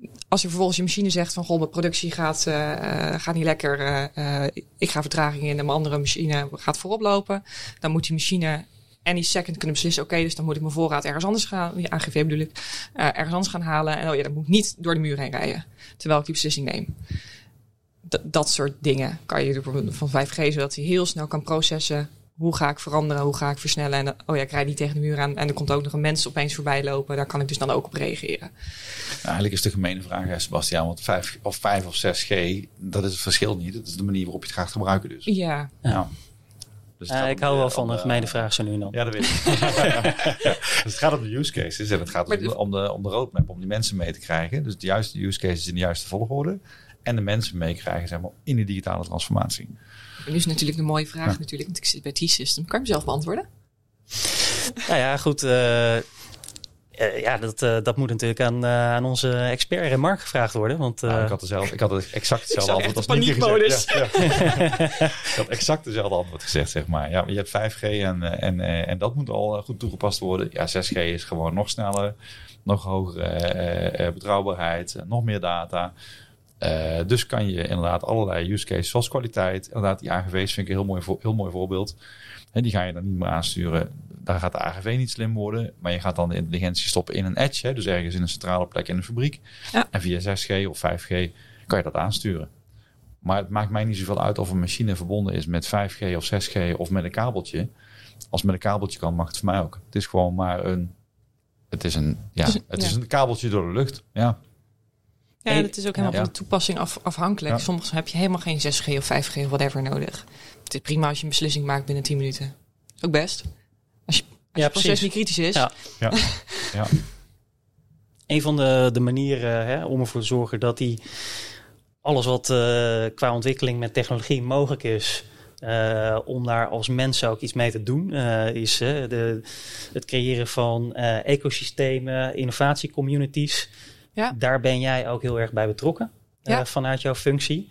Speaker 2: als je vervolgens je machine zegt van goh, mijn productie gaat, uh, gaat niet lekker. Uh, uh, ik ga vertraging in en mijn andere machine gaat voorop lopen. Dan moet die machine any second kunnen beslissen. Oké, okay, dus dan moet ik mijn voorraad ergens anders gaan. Die A G V bedoel ik. Uh, ergens anders gaan halen. En oh ja, dat moet ik niet door de muur heen rijden. Terwijl ik die beslissing neem. D- dat soort dingen kan je van vijf G, zodat hij heel snel kan processen. Hoe ga ik veranderen? Hoe ga ik versnellen? En dan, oh ja, ik rijd niet tegen de muur aan. En er komt ook nog een mens opeens voorbij lopen. Daar kan ik dus dan ook op reageren.
Speaker 3: Nou, eigenlijk is de gemene vraag, hè, Sebastiaan. Want vijf of vijf of zes G, dat is het verschil niet. Dat is de manier waarop je het gaat gebruiken dus.
Speaker 2: Ja.
Speaker 3: ja. Dus
Speaker 1: uh, ik hou wel van een gemene vraag zo nu en dan.
Speaker 3: Ja, dat weet ik. ja. Dus het gaat om de use cases. En het gaat dus om, om, de, om de roadmap, om die mensen mee te krijgen. Dus de juiste use cases in de juiste volgorde. En de mensen meekrijgen, zeg maar, in de digitale transformatie.
Speaker 2: Nu is natuurlijk de mooie vraag, ja. natuurlijk, want ik zit bij T-System. Kan je hem zelf beantwoorden?
Speaker 1: Nou ja, goed. Uh, uh, ja, dat, uh, dat moet natuurlijk aan, uh, aan onze expert Mark gevraagd worden. Want, uh...
Speaker 3: nou, ik had dezelfde, ik had exact hetzelfde antwoord als
Speaker 2: paniekmodus.
Speaker 3: Ja, ja. Ik had exact dezelfde antwoord gezegd, zeg maar. Ja, je hebt vijf G en, en, en dat moet al goed toegepast worden. Ja, zes G is gewoon nog sneller, nog hogere uh, betrouwbaarheid, nog meer data. Uh, dus kan je inderdaad allerlei use cases zoals kwaliteit. Inderdaad, die A G V's vind ik een heel mooi, vo- heel mooi voorbeeld. He, die ga je dan niet meer aansturen. Daar gaat de A G V niet slim worden. Maar je gaat dan de intelligentie stoppen in een edge. He, dus ergens in een centrale plek in een fabriek. Ja. En via zes G of vijf G kan je dat aansturen. Maar het maakt mij niet zoveel uit of een machine verbonden is met vijf G of zes G of met een kabeltje. Als het met een kabeltje kan, mag het voor mij ook. Het is gewoon maar een... Het is een, ja, het ja. is een kabeltje door de lucht. Ja.
Speaker 2: Ja, en het is ook helemaal ja. van de toepassing af, afhankelijk. Ja. Soms heb je helemaal geen zes G of vijf G of whatever nodig. Het is prima als je een beslissing maakt binnen tien minuten. Ook best. Als je, als ja, het proces niet kritisch is.
Speaker 1: Ja.
Speaker 3: Ja. Ja.
Speaker 1: Een van de, de manieren hè, om ervoor te zorgen dat die alles wat uh, qua ontwikkeling met technologie mogelijk is, Uh, om daar als mensen ook iets mee te doen, uh, is uh, de, het creëren van uh, ecosystemen, innovatiecommunities. Ja. Daar ben jij ook heel erg bij betrokken, uh, ja. vanuit jouw functie.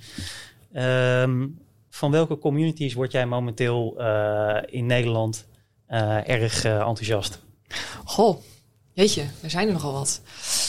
Speaker 1: Um, van welke communities word jij momenteel uh, in Nederland uh, erg uh, enthousiast?
Speaker 2: Goh, jeetje, er zijn er nogal wat.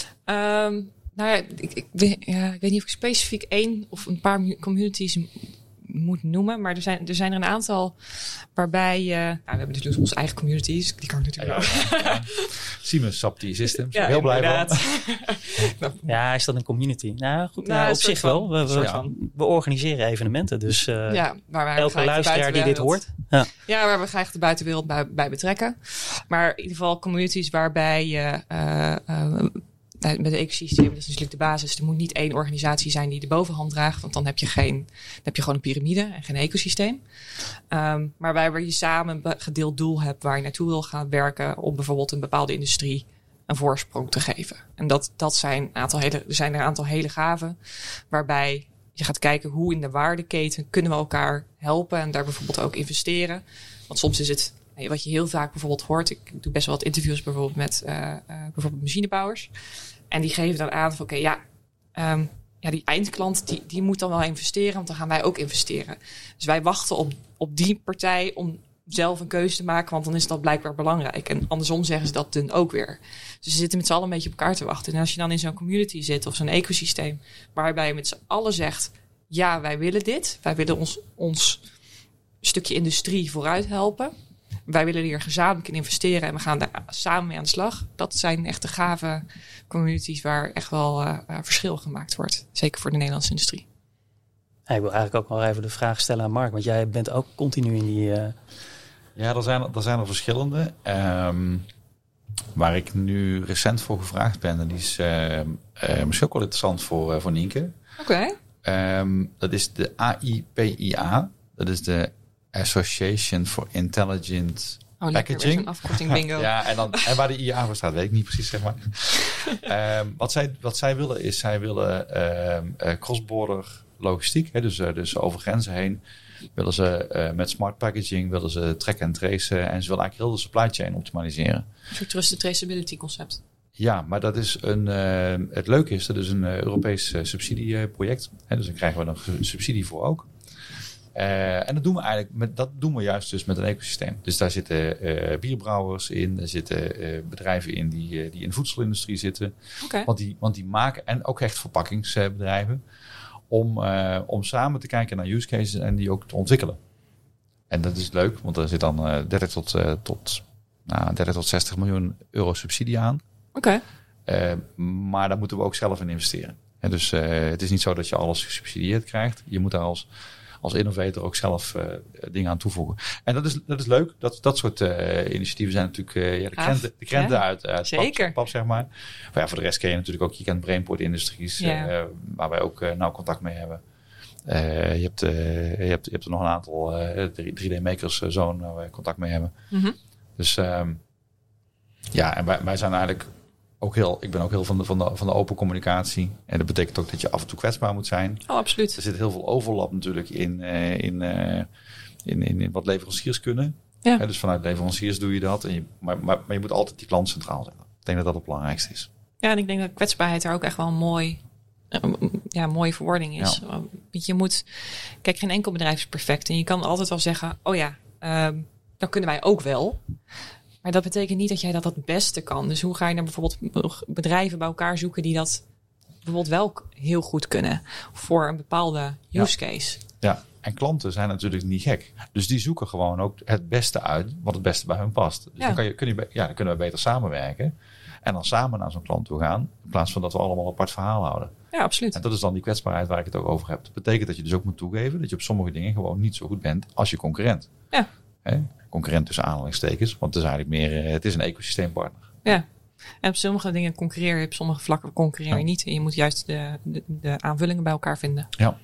Speaker 2: Um, nou ja ik, ik, ja, ik weet niet of ik specifiek één of een paar communities moet noemen, maar er zijn er zijn er een aantal waarbij uh, nou, we hebben dus onze eigen communities, die kan ik natuurlijk
Speaker 3: ja,
Speaker 2: wel.
Speaker 3: Ja, ja. Siemens S A P T-Systems,
Speaker 2: ja,
Speaker 3: heel blij
Speaker 2: van.
Speaker 1: Ja, is dat een community? Nou, goed, nou,
Speaker 2: nou,
Speaker 1: op zich
Speaker 2: van,
Speaker 1: wel. We, we, ja. we organiseren evenementen, dus uh, ja, maar elke luisteraar die dit hoort.
Speaker 2: Ja, ja waar we graag de buitenwereld bij, bij betrekken. Maar in ieder geval communities waarbij je uh, uh, met het ecosysteem, dat is natuurlijk de basis. Er moet niet één organisatie zijn die de bovenhand draagt, want dan heb je geen, dan heb je gewoon een piramide en geen ecosysteem. Um, maar waar je samen een gedeeld doel hebt waar je naartoe wil gaan werken om bijvoorbeeld een bepaalde industrie een voorsprong te geven. En dat, dat zijn een aantal hele, er zijn er een aantal hele gaven waarbij je gaat kijken hoe in de waardeketen kunnen we elkaar helpen en daar bijvoorbeeld ook investeren. Want soms is het, wat je heel vaak bijvoorbeeld hoort, ik doe best wel wat interviews bijvoorbeeld met uh, uh, bijvoorbeeld machinebouwers. En die geven dan aan van oké, okay, ja, um, ja, die eindklant die, die moet dan wel investeren, want dan gaan wij ook investeren. Dus wij wachten op, op die partij om zelf een keuze te maken, want dan is dat blijkbaar belangrijk. En andersom zeggen ze dat dan ook weer. Dus ze zitten met z'n allen een beetje op elkaar te wachten. En als je dan in zo'n community zit of zo'n ecosysteem, waarbij je met z'n allen zegt, ja, wij willen dit. Wij willen ons, ons stukje industrie vooruit helpen. Wij willen hier gezamenlijk in investeren en we gaan daar samen mee aan de slag. Dat zijn echt de gave communities waar echt wel uh, verschil gemaakt wordt. Zeker voor de Nederlandse industrie.
Speaker 1: Ja, ik wil eigenlijk ook wel even de vraag stellen aan Mark, want jij bent ook continu in die... Uh...
Speaker 3: Ja, er zijn, er zijn er verschillende. Um, waar ik nu recent voor gevraagd ben, en die is uh, uh, misschien ook wel interessant voor, uh, voor Nienke.
Speaker 2: Oké.
Speaker 3: Okay. Um, dat is de A I P I A. Dat is de Association for Intelligent
Speaker 2: oh,
Speaker 3: Packaging.
Speaker 2: Een afkorting bingo.
Speaker 3: Ja, en, dan, en waar de I A voor staat, weet ik niet precies, zeg maar. um, wat, zij, wat zij willen is, zij willen um, uh, cross-border logistiek, hè, dus, uh, dus over grenzen heen, willen ze uh, met smart packaging, willen ze track en trace uh, en ze willen eigenlijk heel de supply chain optimaliseren.
Speaker 2: Een soort trusted traceability concept.
Speaker 3: Ja, maar dat is een, uh, het leuke is, dat is een uh, Europees uh, subsidieproject. Hè, dus daar krijgen we nog subsidie voor ook. Uh, en dat doen we eigenlijk met, dat doen we juist dus met een ecosysteem. Dus daar zitten uh, bierbrouwers in, daar zitten uh, bedrijven in die, uh, die in de voedselindustrie zitten.
Speaker 2: Okay.
Speaker 3: Want, die, want die maken, en ook echt verpakkingsbedrijven, om, uh, om samen te kijken naar use cases en die ook te ontwikkelen. En dat is leuk, want er zit dan uh, dertig tot, uh, tot, nou, dertig tot zestig miljoen euro subsidie aan.
Speaker 2: Oké.
Speaker 3: Okay. Uh, maar daar moeten we ook zelf in investeren. En dus uh, het is niet zo dat je alles gesubsidieerd krijgt. Je moet daar als, als innovator ook zelf uh, dingen aan toevoegen. En dat is, dat is leuk. Dat, dat soort uh, initiatieven zijn natuurlijk uh, ja, de krenten, de krenten ja, uit, uit
Speaker 2: zeker.
Speaker 3: Pap, pap, zeg maar. Maar ja, voor de rest ken je natuurlijk ook, je kent Brainport Industries, ja. uh, waar wij ook uh, nauw contact mee hebben. Uh, je, hebt, uh, je, hebt, je hebt er nog een aantal uh, drie D Makers uh, Zone waar wij contact mee hebben.
Speaker 2: Mm-hmm.
Speaker 3: Dus um, ja, en wij, wij zijn eigenlijk ook heel, ik ben ook heel van de, van, de, van de open communicatie. En dat betekent ook dat je af en toe kwetsbaar moet zijn.
Speaker 2: Oh, absoluut.
Speaker 3: Er zit heel veel overlap natuurlijk in, uh, in, uh, in, in, in wat leveranciers kunnen.
Speaker 2: Ja.
Speaker 3: Ja, dus vanuit leveranciers doe je dat. En je, maar, maar, maar je moet altijd die klant centraal zetten. Ik denk dat dat het belangrijkste is.
Speaker 2: Ja, en ik denk dat kwetsbaarheid daar ook echt wel een mooi... ja, mooie verwoording is. Ja. Je moet, kijk, geen enkel bedrijf is perfect. En je kan altijd wel zeggen, oh ja, um, dan kunnen wij ook wel. Maar dat betekent niet dat jij dat het beste kan. Dus hoe ga je naar bijvoorbeeld bedrijven bij elkaar zoeken die dat bijvoorbeeld wel heel goed kunnen voor een bepaalde use case.
Speaker 3: Ja, ja. En klanten zijn natuurlijk niet gek. Dus die zoeken gewoon ook het beste uit wat het beste bij hun past. Dus ja. dan, kan je, kun je, ja, dan kunnen we beter samenwerken. En dan samen naar zo'n klant toe gaan. In plaats van dat we allemaal een apart verhaal houden.
Speaker 2: Ja, absoluut.
Speaker 3: En dat is dan die kwetsbaarheid waar ik het ook over heb. Dat betekent dat je dus ook moet toegeven dat je op sommige dingen gewoon niet zo goed bent als je concurrent.
Speaker 2: Ja.
Speaker 3: Hè? Concurrent tussen aanhalingstekens. Want het is eigenlijk meer, het is een ecosysteempartner.
Speaker 2: Ja. En op sommige dingen concurreer je, op sommige vlakken concurreer je ja. niet. En je moet juist de, de, de aanvullingen bij elkaar vinden.
Speaker 3: Ja.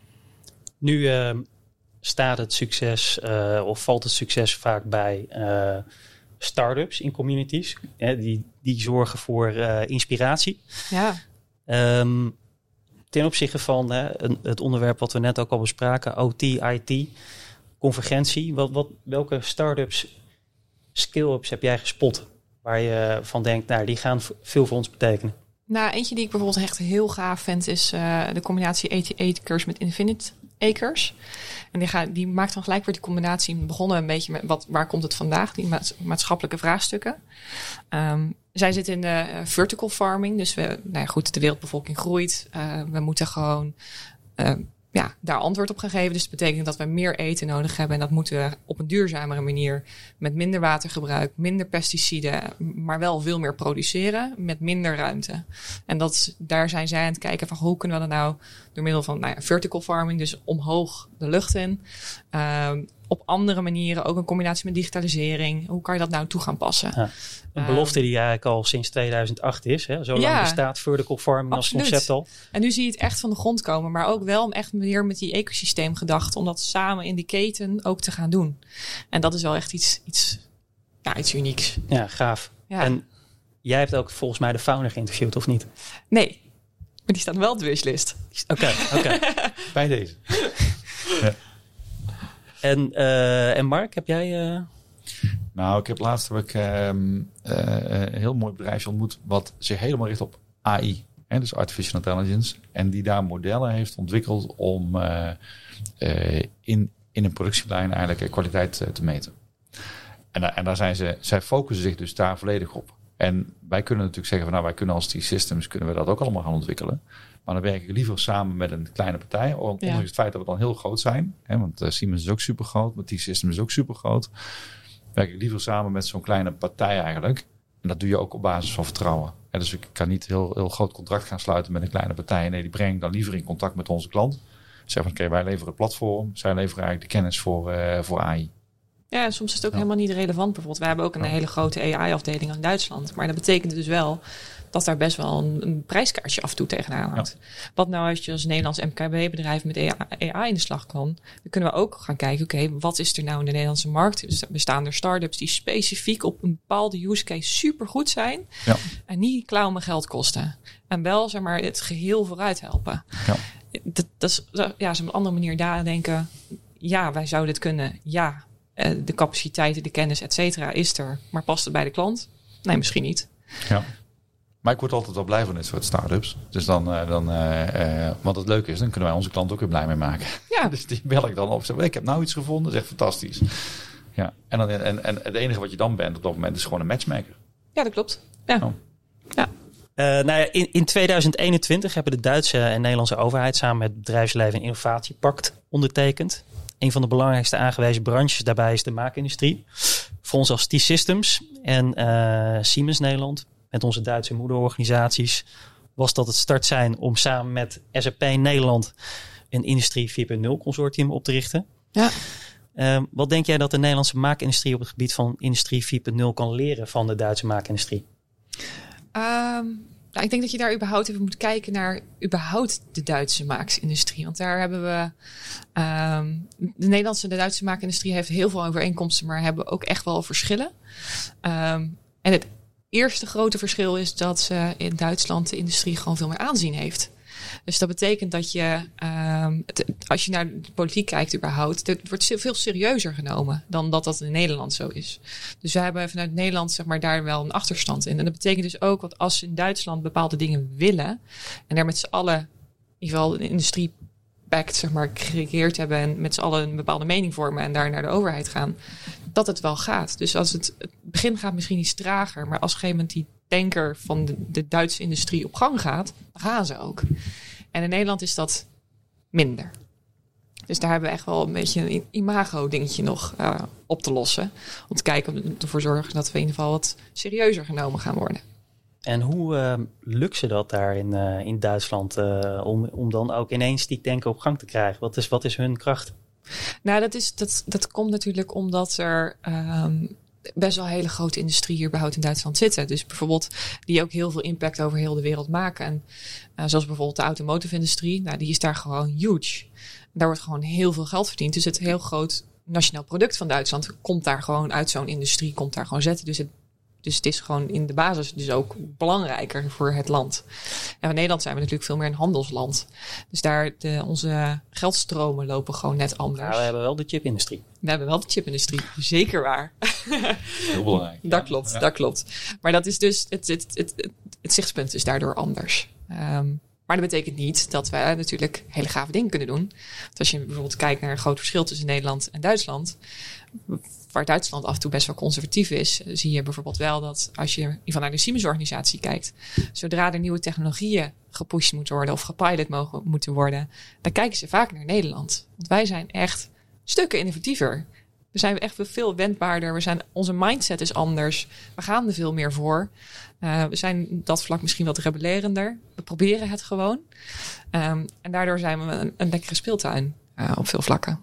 Speaker 1: Nu uh, staat het succes uh, of valt het succes vaak bij uh, start-ups in communities. Hè, die, die zorgen voor uh, inspiratie.
Speaker 2: Ja.
Speaker 1: Um, ten opzichte van hè, het onderwerp wat we net ook al bespraken, O T, I T, convergentie. Wat, wat, welke start-ups, skill-ups heb jij gespot waar je van denkt, nou, die gaan veel voor ons betekenen?
Speaker 2: Nou, eentje die ik bijvoorbeeld echt heel gaaf vind is uh, de combinatie eighty acres met Infinite Acres. En die, gaat, die maakt dan gelijk weer die combinatie. We begonnen een beetje met wat, waar komt het vandaag? Die maats, maatschappelijke vraagstukken. Um, zij zitten in de uh, vertical farming. Dus we, nou ja, goed, de wereldbevolking groeit. Uh, we moeten gewoon uh, ja, daar antwoord op gaan geven. Dus dat betekent dat we meer eten nodig hebben. En dat moeten we op een duurzamere manier met minder watergebruik, minder pesticiden, maar wel veel meer produceren met minder ruimte. En dat, daar zijn zij aan het kijken van hoe kunnen we dat nou door middel van nou ja, vertical farming, dus omhoog de lucht in. Uh, op andere manieren, ook een combinatie met digitalisering. Hoe kan je dat nou toe gaan passen?
Speaker 1: Ja, een belofte die eigenlijk al sinds tweeduizend acht is. Hè? Zo lang ja, bestaat vertical farming absoluut. Als concept al.
Speaker 2: En nu zie je het echt van de grond komen. Maar ook wel echt weer met die ecosysteem gedacht. Om dat samen in die keten ook te gaan doen. En dat is wel echt iets, iets, ja, iets unieks.
Speaker 1: Ja, gaaf. Ja. En jij hebt ook volgens mij de founder geïnterviewd, of niet?
Speaker 2: Nee, maar die staat wel op de wishlist.
Speaker 1: Oké, okay, oké. Okay.
Speaker 3: Bij deze.
Speaker 1: Ja. En, uh, en Mark, heb jij... Uh...
Speaker 3: Nou, ik heb laatst heb ik, uh, uh, een heel mooi bedrijfje ontmoet wat zich helemaal richt op A I. Hè, dus Artificial Intelligence. En die daar modellen heeft ontwikkeld om uh, uh, in, in een productielijn eigenlijk kwaliteit uh, te meten. En, uh, en daar zijn ze, zij focussen zich dus daar volledig op. En wij kunnen natuurlijk zeggen van nou, wij kunnen als T-Systems kunnen we dat ook allemaal gaan ontwikkelen. Maar dan werk ik liever samen met een kleine partij. Ondanks ja. het feit dat we dan heel groot zijn. Hè, want uh, Siemens is ook super groot. Maar T-Systems is ook super groot. Werk ik liever samen met zo'n kleine partij eigenlijk. En dat doe je ook op basis van vertrouwen. En dus ik kan niet heel, heel groot contract gaan sluiten met een kleine partij. Nee, die breng ik dan liever in contact met onze klant. Zeg van oké, okay, wij leveren het platform. Zij leveren eigenlijk de kennis voor, uh, voor A I.
Speaker 2: Ja, en soms is het ook ja. helemaal niet relevant. Bijvoorbeeld, wij hebben ook een ja. hele grote A I-afdeling in Duitsland. Maar dat betekent dus wel dat daar best wel een, een prijskaartje af en toe tegenaan hangt. Ja. Wat nou als je als Nederlands M K B-bedrijf met A I in de slag kan, dan kunnen we ook gaan kijken, oké, okay, wat is er nou in de Nederlandse markt? Dus bestaan er start-ups die specifiek op een bepaalde use case supergoed zijn ja. en niet klauwen geld kosten. En wel, zeg maar, het geheel vooruit helpen. Ja. Dat, dat is ja, op een andere manier nadenken. Ja, wij zouden dit kunnen. Ja, de capaciteiten, de kennis, et cetera, is er. Maar past het bij de klant? Nee, misschien niet.
Speaker 3: Ja. Maar ik word altijd wel blij van dit soort start-ups. Dus dan, uh, dan uh, uh, wat het leuke is, dan kunnen wij onze klant ook weer blij mee maken.
Speaker 2: Ja.
Speaker 3: Dus die bel ik dan op. Zeg, ik heb nou iets gevonden, dat is echt fantastisch. Ja. En, dan, en, en het enige wat je dan bent op dat moment is gewoon een matchmaker.
Speaker 2: Ja, dat klopt. Ja.
Speaker 3: Oh.
Speaker 2: Ja.
Speaker 1: Uh, nou ja, in, in tweeduizend eenentwintig hebben de Duitse en Nederlandse overheid samen met het bedrijfsleven een innovatiepact ondertekend. Een van de belangrijkste aangewezen branches daarbij is de maakindustrie. Voor ons als T-Systems en uh, Siemens Nederland, met onze Duitse moederorganisaties, was dat het start zijn om samen met S A P Nederland een Industrie vier punt nul consortium op te richten.
Speaker 2: Ja.
Speaker 1: Uh, wat denk jij dat de Nederlandse maakindustrie op het gebied van Industrie vier punt nul kan leren van de Duitse maakindustrie?
Speaker 2: Um, nou, ik denk dat je daar überhaupt even moet kijken naar überhaupt de Duitse maakindustrie. Want daar hebben we... Um, de Nederlandse en de Duitse maakindustrie heeft heel veel overeenkomsten, maar hebben ook echt wel verschillen. Um, en het eerste grote verschil is dat ze in Duitsland de industrie gewoon veel meer aanzien heeft. Dus dat betekent dat je, um, het, als je naar de politiek kijkt überhaupt, het wordt veel serieuzer genomen dan dat dat in Nederland zo is. Dus we hebben vanuit Nederland zeg maar daar wel een achterstand in. En dat betekent dus ook dat als ze in Duitsland bepaalde dingen willen en daar met z'n allen, in ieder geval een industrie-pact zeg maar gecreëerd hebben en met z'n allen een bepaalde mening vormen en daar naar de overheid gaan, dat het wel gaat. Dus als het, het begin gaat misschien iets trager, maar als op een gegeven moment die tanker van de, de Duitse industrie op gang gaat, dan gaan ze ook. En in Nederland is dat minder. Dus daar hebben we echt wel een beetje een imago-dingetje nog uh, op te lossen. Om te kijken, om ervoor te zorgen dat we in ieder geval wat serieuzer genomen gaan worden.
Speaker 1: En hoe uh, lukt ze dat daar in, uh, in Duitsland uh, om, om dan ook ineens die tanker op gang te krijgen? Wat is, wat is hun kracht?
Speaker 2: Nou, dat, is, dat, dat komt natuurlijk omdat er um, best wel hele grote industrie hier überhaupt in Duitsland zitten. Dus bijvoorbeeld die ook heel veel impact over heel de wereld maken. En uh, zoals bijvoorbeeld de automotive industrie, nou, die is daar gewoon huge. Daar wordt gewoon heel veel geld verdiend. Dus het heel groot nationaal product van Duitsland komt daar gewoon uit zo'n industrie, komt daar gewoon zetten. Dus het, dus het is gewoon in de basis dus ook belangrijker voor het land. En in Nederland zijn we natuurlijk veel meer een handelsland. Dus daar de, onze geldstromen lopen gewoon net anders.
Speaker 1: Nou, we hebben wel de chipindustrie.
Speaker 2: We hebben wel de chipindustrie, zeker waar.
Speaker 3: Heel belangrijk.
Speaker 2: Dat klopt, ja. dat klopt. Maar dat is dus het, het, het, het, het zichtspunt is daardoor anders. Um, maar dat betekent niet dat we natuurlijk hele gave dingen kunnen doen. Want als je bijvoorbeeld kijkt naar een groot verschil tussen Nederland en Duitsland, waar Duitsland af en toe best wel conservatief is, zie je bijvoorbeeld wel dat als je in ieder geval naar de Siemens-organisatie kijkt, zodra er nieuwe technologieën gepusht moeten worden of gepilot mogen moeten worden, dan kijken ze vaak naar Nederland. Want wij zijn echt stukken innovatiever. We zijn echt veel wendbaarder. We zijn, onze mindset is anders. We gaan er veel meer voor. Uh, we zijn dat vlak misschien wat rebellerender. We proberen het gewoon. Um, en daardoor zijn we een, een lekkere speeltuin uh, op veel vlakken.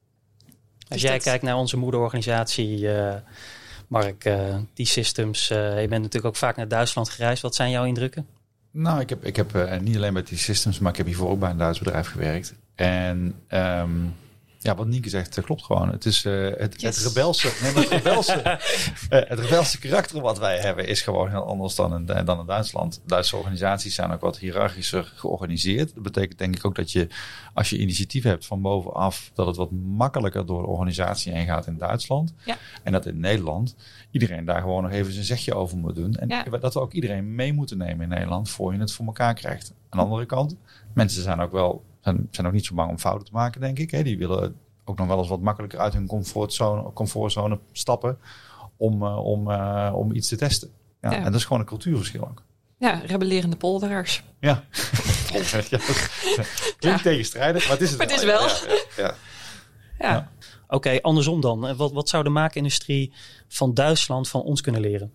Speaker 1: Als
Speaker 2: dus
Speaker 1: jij
Speaker 2: dat...
Speaker 1: kijkt naar onze moederorganisatie, uh, Mark, uh, T-Systems. Uh, je bent natuurlijk ook vaak naar Duitsland gereisd. Wat zijn jouw indrukken?
Speaker 3: Nou, ik heb, ik heb uh, niet alleen bij T-Systems, maar ik heb hiervoor ook bij een Duits bedrijf gewerkt. En um, ja, wat Nienke zegt, klopt gewoon. Het is uh, het,
Speaker 2: yes.
Speaker 3: het rebelse, nee, het rebelse, uh, het rebelse karakter wat wij hebben is gewoon heel anders dan in, dan in Duitsland. Duitse organisaties zijn ook wat hiërarchischer georganiseerd. Dat betekent denk ik ook dat je, als je initiatief hebt van bovenaf, dat het wat makkelijker door de organisatie heen gaat in Duitsland.
Speaker 2: Ja.
Speaker 3: En dat in Nederland iedereen daar gewoon nog even zijn zegje over moet doen. En ja. dat we ook iedereen mee moeten nemen in Nederland voor je het voor elkaar krijgt. Aan de andere kant, mensen zijn ook wel zijn, zijn ook niet zo bang om fouten te maken, denk ik. Hè. Die willen ook nog wel eens wat makkelijker uit hun comfortzone, comfortzone stappen om, uh, om, uh, om iets te testen. Ja, ja. En dat is gewoon een cultuurverschil ook.
Speaker 2: Ja, rebellerende polderaars.
Speaker 3: Ja, ja klinkt ja. tegenstrijdig, maar het is het
Speaker 2: maar
Speaker 3: wel.
Speaker 2: Het is wel.
Speaker 3: Ja, ja, ja.
Speaker 2: ja.
Speaker 1: ja. Oké, okay, andersom dan. Wat, wat zou de maakindustrie van Duitsland van ons kunnen leren?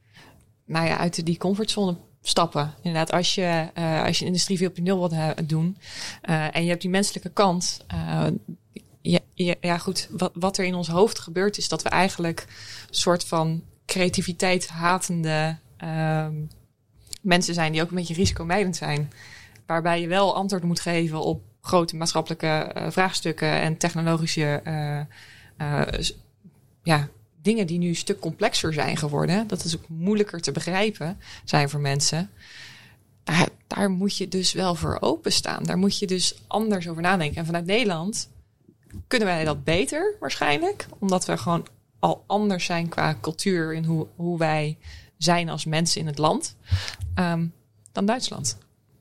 Speaker 2: Nou ja, uit die comfortzone stappen. Inderdaad, als je, uh, als je industrie vier punt nul wilt uh, doen uh, en je hebt die menselijke kant. Uh, ja, ja, ja, goed. Wat, wat er in ons hoofd gebeurt is dat we eigenlijk een soort van creativiteit hatende uh, mensen zijn die ook een beetje risicomijdend zijn. Waarbij je wel antwoord moet geven op grote maatschappelijke uh, vraagstukken en technologische uh, uh, ja, dingen die nu een stuk complexer zijn geworden. Dat is ook moeilijker te begrijpen zijn voor mensen. Daar, daar moet je dus wel voor openstaan. Daar moet je dus anders over nadenken. En vanuit Nederland kunnen wij dat beter waarschijnlijk. Omdat we gewoon al anders zijn qua cultuur in hoe, hoe wij zijn als mensen in het land um, dan Duitsland.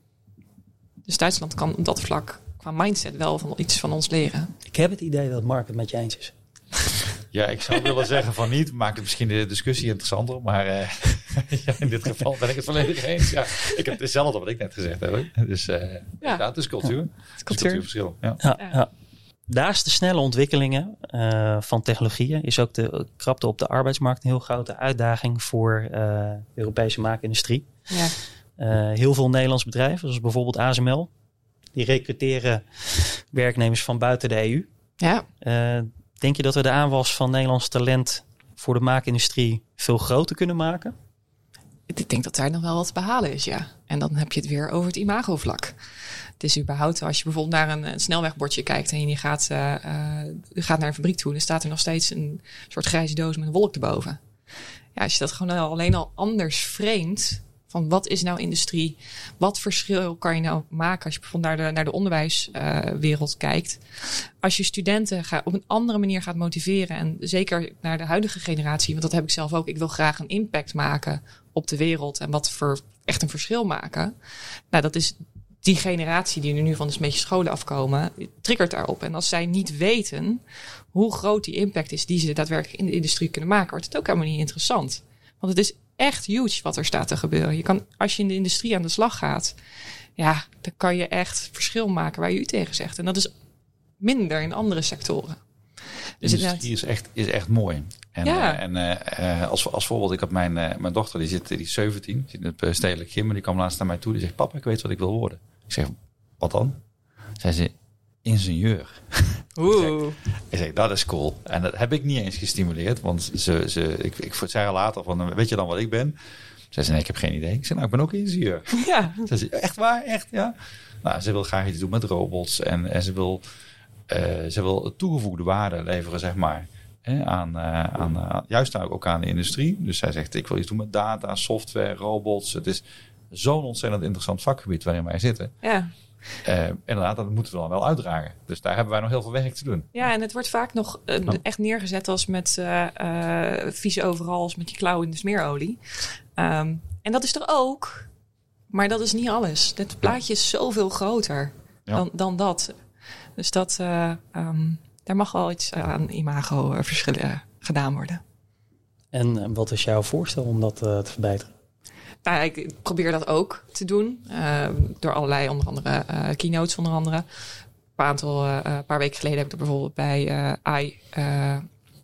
Speaker 2: Dus Duitsland kan op dat vlak qua mindset wel van iets van ons leren.
Speaker 1: Ik heb het idee dat Mark het met je eens is.
Speaker 3: Ja, ik zou willen zeggen van niet. Maakt het misschien de discussie interessanter. Maar uh, ja, in dit geval ben ik het volledig eens. Ja, ik heb hetzelfde wat ik net gezegd heb. Dus uh, ja. ja, het is cultuur. Ja, het is
Speaker 2: cultuur.
Speaker 3: cultuurverschil. Ja.
Speaker 1: Ja, ja. Naast de snelle ontwikkelingen uh, van technologieën is ook de krapte op de arbeidsmarkt een heel grote uitdaging voor uh, de Europese maakindustrie.
Speaker 2: Ja.
Speaker 1: Uh, heel veel Nederlandse bedrijven, zoals bijvoorbeeld A S M L, die recruteren werknemers van buiten de E U.
Speaker 2: Ja.
Speaker 1: Uh, denk je dat we de aanwas van Nederlands talent voor de maakindustrie veel groter kunnen maken?
Speaker 2: Ik denk dat daar nog wel wat te behalen is, ja. En dan heb je het weer over het imagovlak. Het is überhaupt, als je bijvoorbeeld naar een, een snelwegbordje kijkt en je gaat, uh, uh, je gaat naar een fabriek toe, dan staat er nog steeds een soort grijze doos met een wolk erboven. Ja, als je dat gewoon alleen al anders framet, van wat is nou industrie? Wat verschil kan je nou maken als je bijvoorbeeld naar de, naar de onderwijswereld uh, kijkt? Als je studenten gaat, op een andere manier gaat motiveren en zeker naar de huidige generatie, want dat heb ik zelf ook. Ik wil graag een impact maken op de wereld en wat voor echt een verschil maken. Nou, dat is die generatie die er nu van de beetje scholen afkomen, triggert daarop. En als zij niet weten hoe groot die impact is die ze daadwerkelijk in de industrie kunnen maken, wordt het ook helemaal niet interessant. Want het is echt huge wat er staat te gebeuren. Je kan, als je in de industrie aan de slag gaat, ja, dan kan je echt verschil maken waar je u tegen zegt. En dat is minder in andere sectoren.
Speaker 3: De dus industrie is echt, is echt mooi. En, ja. uh, en uh, als, als voorbeeld, ik had mijn, uh, mijn dochter, die zit die is zeventien, zit in het stedelijk gym, en die kwam laatst naar mij toe. Die zegt, papa, ik weet wat ik wil worden. Ik zeg, wat dan? Zij zei, ingenieur.
Speaker 2: Oeh.
Speaker 3: Ik zeg, dat is cool. En dat heb ik niet eens gestimuleerd, want ze, ze, ik, ik zei haar later van, weet je dan wat ik ben? Zij zei, nee, ik heb geen idee. Ik zei, nou, ik ben ook ingenieur.
Speaker 2: Ja.
Speaker 3: Zij zei, echt waar? Echt, ja? Nou, ze wil graag iets doen met robots en, en ze wil, uh, ze wil toegevoegde waarde leveren, zeg maar. Hè, aan, uh, aan, uh, juist ook aan de industrie. Dus zij zegt, ik wil iets doen met data, software, robots. Het is zo'n ontzettend interessant vakgebied waarin wij zitten.
Speaker 2: Ja.
Speaker 3: Uh, inderdaad, dat moeten we dan wel uitdragen. Dus daar hebben wij nog heel veel werk te doen.
Speaker 2: Ja, en het wordt vaak nog uh, oh. echt neergezet als met uh, uh, vieze overals met je klauw in de smeerolie. Um, en dat is er ook. Maar dat is niet alles. Het plaatje is zoveel groter ja. dan, dan dat. Dus dat, uh, um, daar mag wel iets aan imago-verschillen gedaan worden.
Speaker 1: En wat is jouw voorstel om dat uh, te verbeteren?
Speaker 2: Nou, ik probeer dat ook te doen. Uh, door allerlei, onder andere uh, keynotes onder andere. Een paar, aantal, uh, een paar weken geleden heb ik er bijvoorbeeld bij uh, I, uh,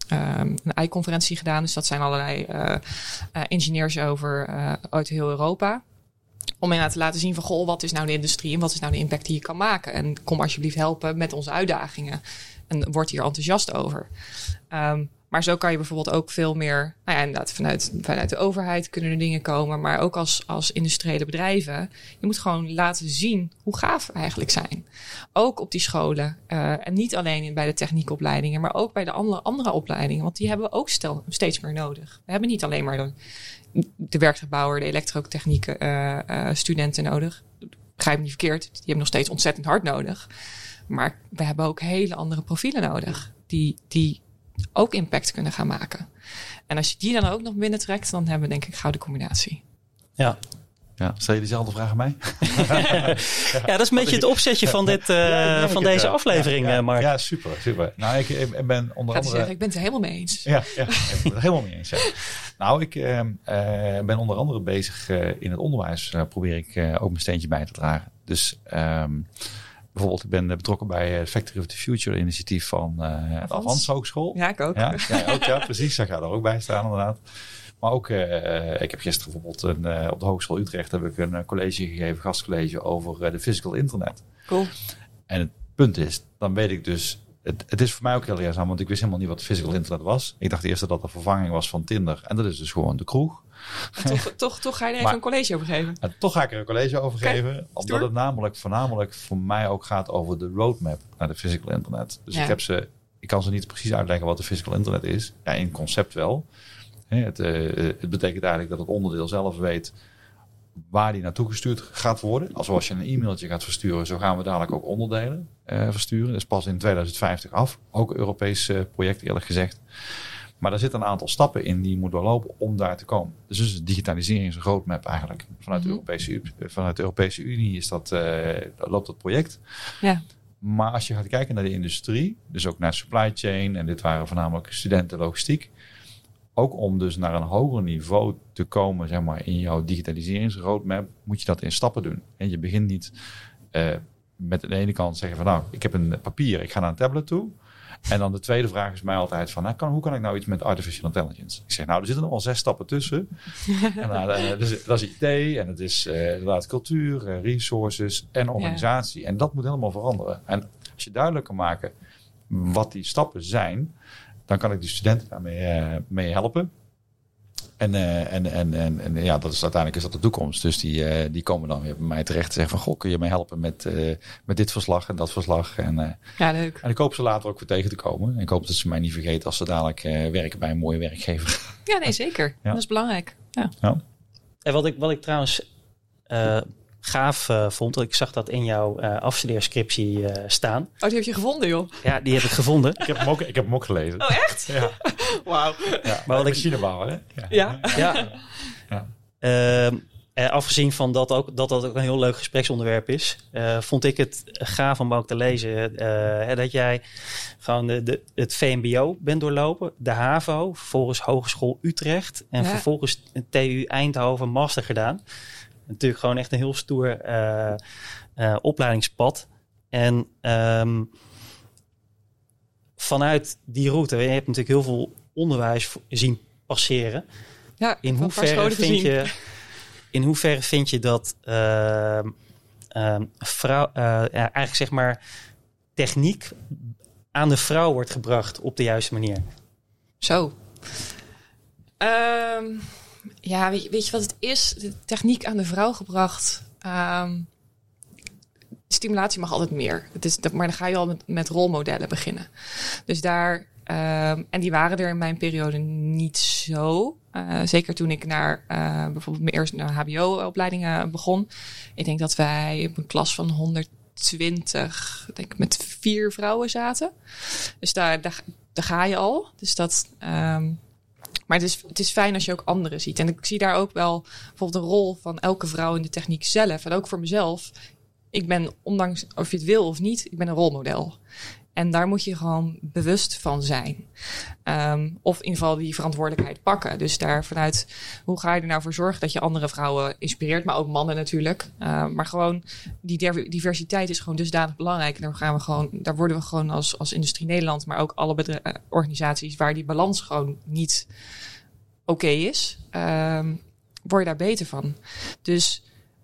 Speaker 2: um, een I conferentie gedaan. Dus dat zijn allerlei uh, uh, engineers over uh, uit heel Europa. Om inderdaad te laten zien van, goh, wat is nou de industrie en wat is nou de impact die je kan maken? En kom alsjeblieft helpen met onze uitdagingen. En word hier enthousiast over. Um, Maar zo kan je bijvoorbeeld ook veel meer, nou ja, inderdaad, vanuit, vanuit de overheid kunnen er dingen komen. Maar ook als, als industriële bedrijven. Je moet gewoon laten zien hoe gaaf we eigenlijk zijn. Ook op die scholen. Uh, en niet alleen in, bij de techniekopleidingen, maar ook bij de andere, andere opleidingen. Want die hebben we ook stel, steeds meer nodig. We hebben niet alleen maar de, de werktuigbouwer, de elektrotechniek uh, uh, studenten nodig. Begrijp me niet verkeerd, die hebben nog steeds ontzettend hard nodig. Maar we hebben ook hele andere profielen nodig. Die... die ook impact kunnen gaan maken. En als je die dan ook nog binnentrekt, dan hebben we denk ik gauw de combinatie.
Speaker 1: Ja.
Speaker 3: Ja, stel je dezelfde vraag aan mij?
Speaker 1: Ja, dat is een beetje het opzetje van, dit, uh, ja, van deze aflevering,
Speaker 3: ja, ja,
Speaker 1: Mark.
Speaker 3: Ja, super, super. Nou, ik, ik ben onder
Speaker 2: Gaat
Speaker 3: andere...
Speaker 2: Zeggen, ik ben het er helemaal mee eens.
Speaker 3: Ja, ja, ik ben het er helemaal mee eens. Ja. Nou, ik uh, uh, ben onder andere bezig uh, in het onderwijs. Uh, probeer ik uh, ook mijn steentje bij te dragen. Dus... Um, Bijvoorbeeld, ik ben betrokken bij het Factory of the Future initiatief van uh, de Avans Hogeschool.
Speaker 2: Ja, ik ook.
Speaker 3: Ja, ja, ook, ja precies. Daar gaat er ook bij staan inderdaad. Maar ook, uh, ik heb gisteren bijvoorbeeld een, uh, op de Hogeschool Utrecht heb ik een uh, college gegeven, gastcollege over uh, de physical internet.
Speaker 2: Cool.
Speaker 3: En het punt is, dan weet ik dus, het, het is voor mij ook heel leerzaam, want ik wist helemaal niet wat physical internet was. Ik dacht eerst dat dat de vervanging was van Tinder. En dat is dus gewoon de kroeg.
Speaker 2: Toch, toch, toch ga je er even
Speaker 3: maar,
Speaker 2: een college over geven.
Speaker 3: En toch ga ik er een college over
Speaker 2: Kijk,
Speaker 3: geven. Omdat stoer. Het namelijk voornamelijk voor mij ook gaat over de roadmap naar de physical internet. Dus ja. ik, heb ze, ik kan ze niet precies uitleggen wat de physical internet is. Ja, in concept wel. Het, uh, het betekent eigenlijk dat het onderdeel zelf weet waar die naartoe gestuurd gaat worden. Als je een e-mailtje gaat versturen, zo gaan we dadelijk ook onderdelen uh, versturen. Dat is pas in tweeduizend vijftig af. Ook een Europees uh, project eerlijk gezegd. Maar er zitten een aantal stappen in die je moet doorlopen om daar te komen. Dus, dus digitalisering is een roadmap eigenlijk. Vanuit de Europese, vanuit de Europese Unie is dat, uh, loopt dat project.
Speaker 2: Ja.
Speaker 3: Maar als je gaat kijken naar de industrie, dus ook naar supply chain, en dit waren voornamelijk studenten logistiek, ook om dus naar een hoger niveau te komen, zeg maar, in jouw digitaliseringsroadmap, moet je dat in stappen doen. En je begint niet uh, met aan de ene kant zeggen van, nou, ik heb een papier, ik ga naar een tablet toe. En dan de tweede vraag is mij altijd van, nou, kan, hoe kan ik nou iets met artificial intelligence? Ik zeg, nou, er zitten nog wel zes stappen tussen. en, nou, uh, dus, dat is I T en het is uh, inderdaad cultuur, uh, resources en organisatie. Ja. En dat moet helemaal veranderen. En als je duidelijk kan maken wat die stappen zijn, dan kan ik die studenten daarmee uh, mee helpen. En, uh, en, en, en, en ja, dat is uiteindelijk is dat de toekomst. Dus die, uh, die komen dan weer bij mij terecht en zeggen van, goh, kun je mij helpen met, uh, met dit verslag en dat verslag. En, uh,
Speaker 2: ja, leuk.
Speaker 3: En ik hoop ze later ook weer tegen te komen. En ik hoop dat ze mij niet vergeten als ze dadelijk uh, werken bij een mooie werkgever.
Speaker 2: Ja, nee, zeker. Ja. Dat is belangrijk. Ja.
Speaker 3: Ja.
Speaker 1: En wat ik, wat ik trouwens uh, gaaf uh, vond, dat ik zag dat in jouw uh, afstudeerscriptie uh, staan.
Speaker 2: Oh, die heb je gevonden, joh?
Speaker 1: Ja, die heb ik gevonden.
Speaker 3: ik, heb hem ook, ik heb hem ook gelezen.
Speaker 2: Oh, echt?
Speaker 3: Ja.
Speaker 2: Wauw.
Speaker 3: Ja,
Speaker 1: maar wat ik
Speaker 3: machinebouwer, hè? Ja.
Speaker 2: Ja.
Speaker 1: ja. ja. Uh, uh, afgezien van dat, ook, dat dat ook een heel leuk gespreksonderwerp is, uh, vond ik het gaaf om ook te lezen uh, hè, dat jij gewoon de, de, het V M B O bent doorlopen, de HAVO, vervolgens Hogeschool Utrecht en ja. vervolgens T U Eindhoven master gedaan. Natuurlijk gewoon echt een heel stoer uh, uh, opleidingspad. En um, vanuit die route, je hebt natuurlijk heel veel onderwijs zien passeren.
Speaker 2: Ja,
Speaker 1: in hoeverre vind je, in hoeverre vind je dat uh, uh, vrouw, uh, ja, eigenlijk zeg maar techniek aan de vrouw wordt gebracht op de juiste manier?
Speaker 2: Zo. Um, ja, weet je, weet je wat het is? De techniek aan de vrouw gebracht. Um, stimulatie mag altijd meer. Het is, maar dan ga je al met, met rolmodellen beginnen. Dus daar... Um, en die waren er in mijn periode niet zo. Uh, zeker toen ik naar uh, bijvoorbeeld mijn eerste H B O-opleidingen begon. Ik denk dat wij op een klas van honderdtwintig, denk ik, met vier vrouwen zaten. Dus daar, daar, daar ga je al. Dus dat... Um, maar het is, het is fijn als je ook anderen ziet. En ik zie daar ook wel bijvoorbeeld de rol van elke vrouw in de techniek zelf. En ook voor mezelf. Ik ben, ondanks of je het wil of niet, ik ben een rolmodel. En daar moet je gewoon bewust van zijn. Um, of in ieder geval die verantwoordelijkheid pakken. Dus daar vanuit, hoe ga je er nou voor zorgen dat je andere vrouwen inspireert, maar ook mannen natuurlijk. Uh, maar gewoon, die diversiteit is gewoon dusdanig belangrijk. En daar gaan we gewoon, daar worden we gewoon als, als Industrie Nederland, maar ook alle bedrijf, uh, organisaties waar die balans gewoon niet oké okay is, um, word je daar beter van. Dus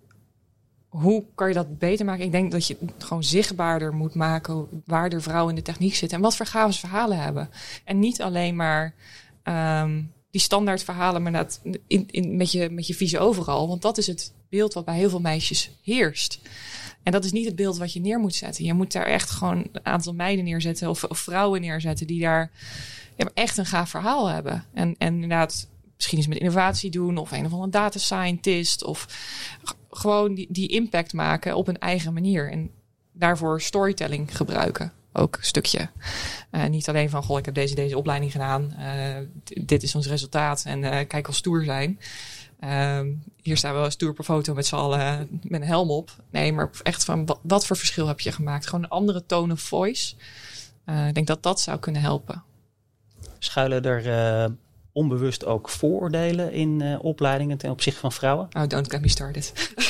Speaker 2: hoe kan je dat beter maken? Ik denk dat je het gewoon zichtbaarder moet maken waar er vrouwen in de techniek zitten en wat voor gave verhalen hebben. En niet alleen maar um, die standaard verhalen, maar dat in, in, met, je, met je visie overal. Want dat is het beeld wat bij heel veel meisjes heerst. En dat is niet het beeld wat je neer moet zetten. Je moet daar echt gewoon een aantal meiden neerzetten of, of vrouwen neerzetten die daar ja, echt een gaaf verhaal hebben. En, en inderdaad misschien eens met innovatie doen of een of andere data scientist of gewoon die, die impact maken op een eigen manier. En daarvoor storytelling gebruiken. Ook een stukje. Uh, niet alleen van, goh, ik heb deze, deze opleiding gedaan. Uh, d- dit is ons resultaat. En uh, kijk hoe stoer zijn. Uh, hier staan we wel stoer per foto met z'n allen met een helm op. Nee, maar echt van, wat, wat voor verschil heb je gemaakt? Gewoon een andere tone of voice. Uh, ik denk dat dat zou kunnen helpen.
Speaker 1: Schuilen er... Uh... onbewust ook vooroordelen in uh, opleidingen ten opzichte van vrouwen?
Speaker 2: Oh, don't get me started.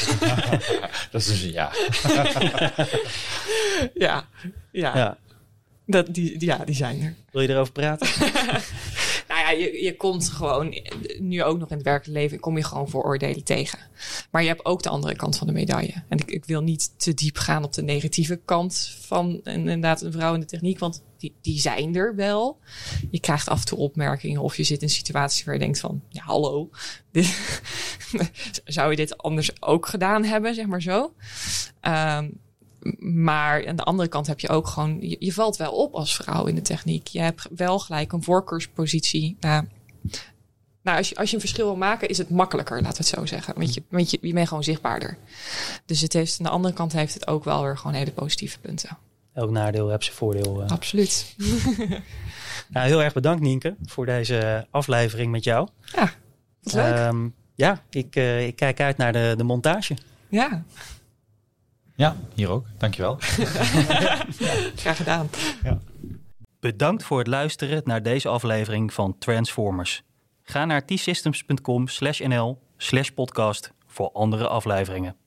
Speaker 3: Dat is dus een ja.
Speaker 2: ja. Ja.
Speaker 1: Ja.
Speaker 2: Dat, die, die, ja, die zijn er.
Speaker 1: Wil je erover praten?
Speaker 2: Nou ja, je, je komt gewoon, nu ook nog in het werkelijke leven, kom je gewoon vooroordelen tegen. Maar je hebt ook de andere kant van de medaille. En ik, ik wil niet te diep gaan op de negatieve kant van inderdaad een vrouw in de techniek, want die, die zijn er wel. Je krijgt af en toe opmerkingen of je zit in een situatie waar je denkt van, ja hallo, dit, zou je dit anders ook gedaan hebben, zeg maar zo. Um, Maar aan de andere kant heb je ook gewoon... Je, je valt wel op als vrouw in de techniek. Je hebt wel gelijk een voorkeurspositie. Nou, nou als, je, als je een verschil wil maken, is het makkelijker, laten we het zo zeggen. Want je, want je, je bent gewoon zichtbaarder. Dus het heeft, aan de andere kant heeft het ook wel weer gewoon hele positieve punten.
Speaker 1: elk nadeel heeft zijn voordeel. Uh.
Speaker 2: Absoluut.
Speaker 1: Nou, heel erg bedankt Nienke voor deze aflevering met jou.
Speaker 2: Ja, dat is leuk.
Speaker 1: Um, ja, ik, uh, ik kijk uit naar de, de montage.
Speaker 2: Ja.
Speaker 3: Ja, hier ook. Dankjewel.
Speaker 2: Graag gedaan.
Speaker 3: Ja.
Speaker 1: Bedankt voor het luisteren naar deze aflevering van Transformers. Ga naar t systems punt com slash n l slash podcast voor andere afleveringen.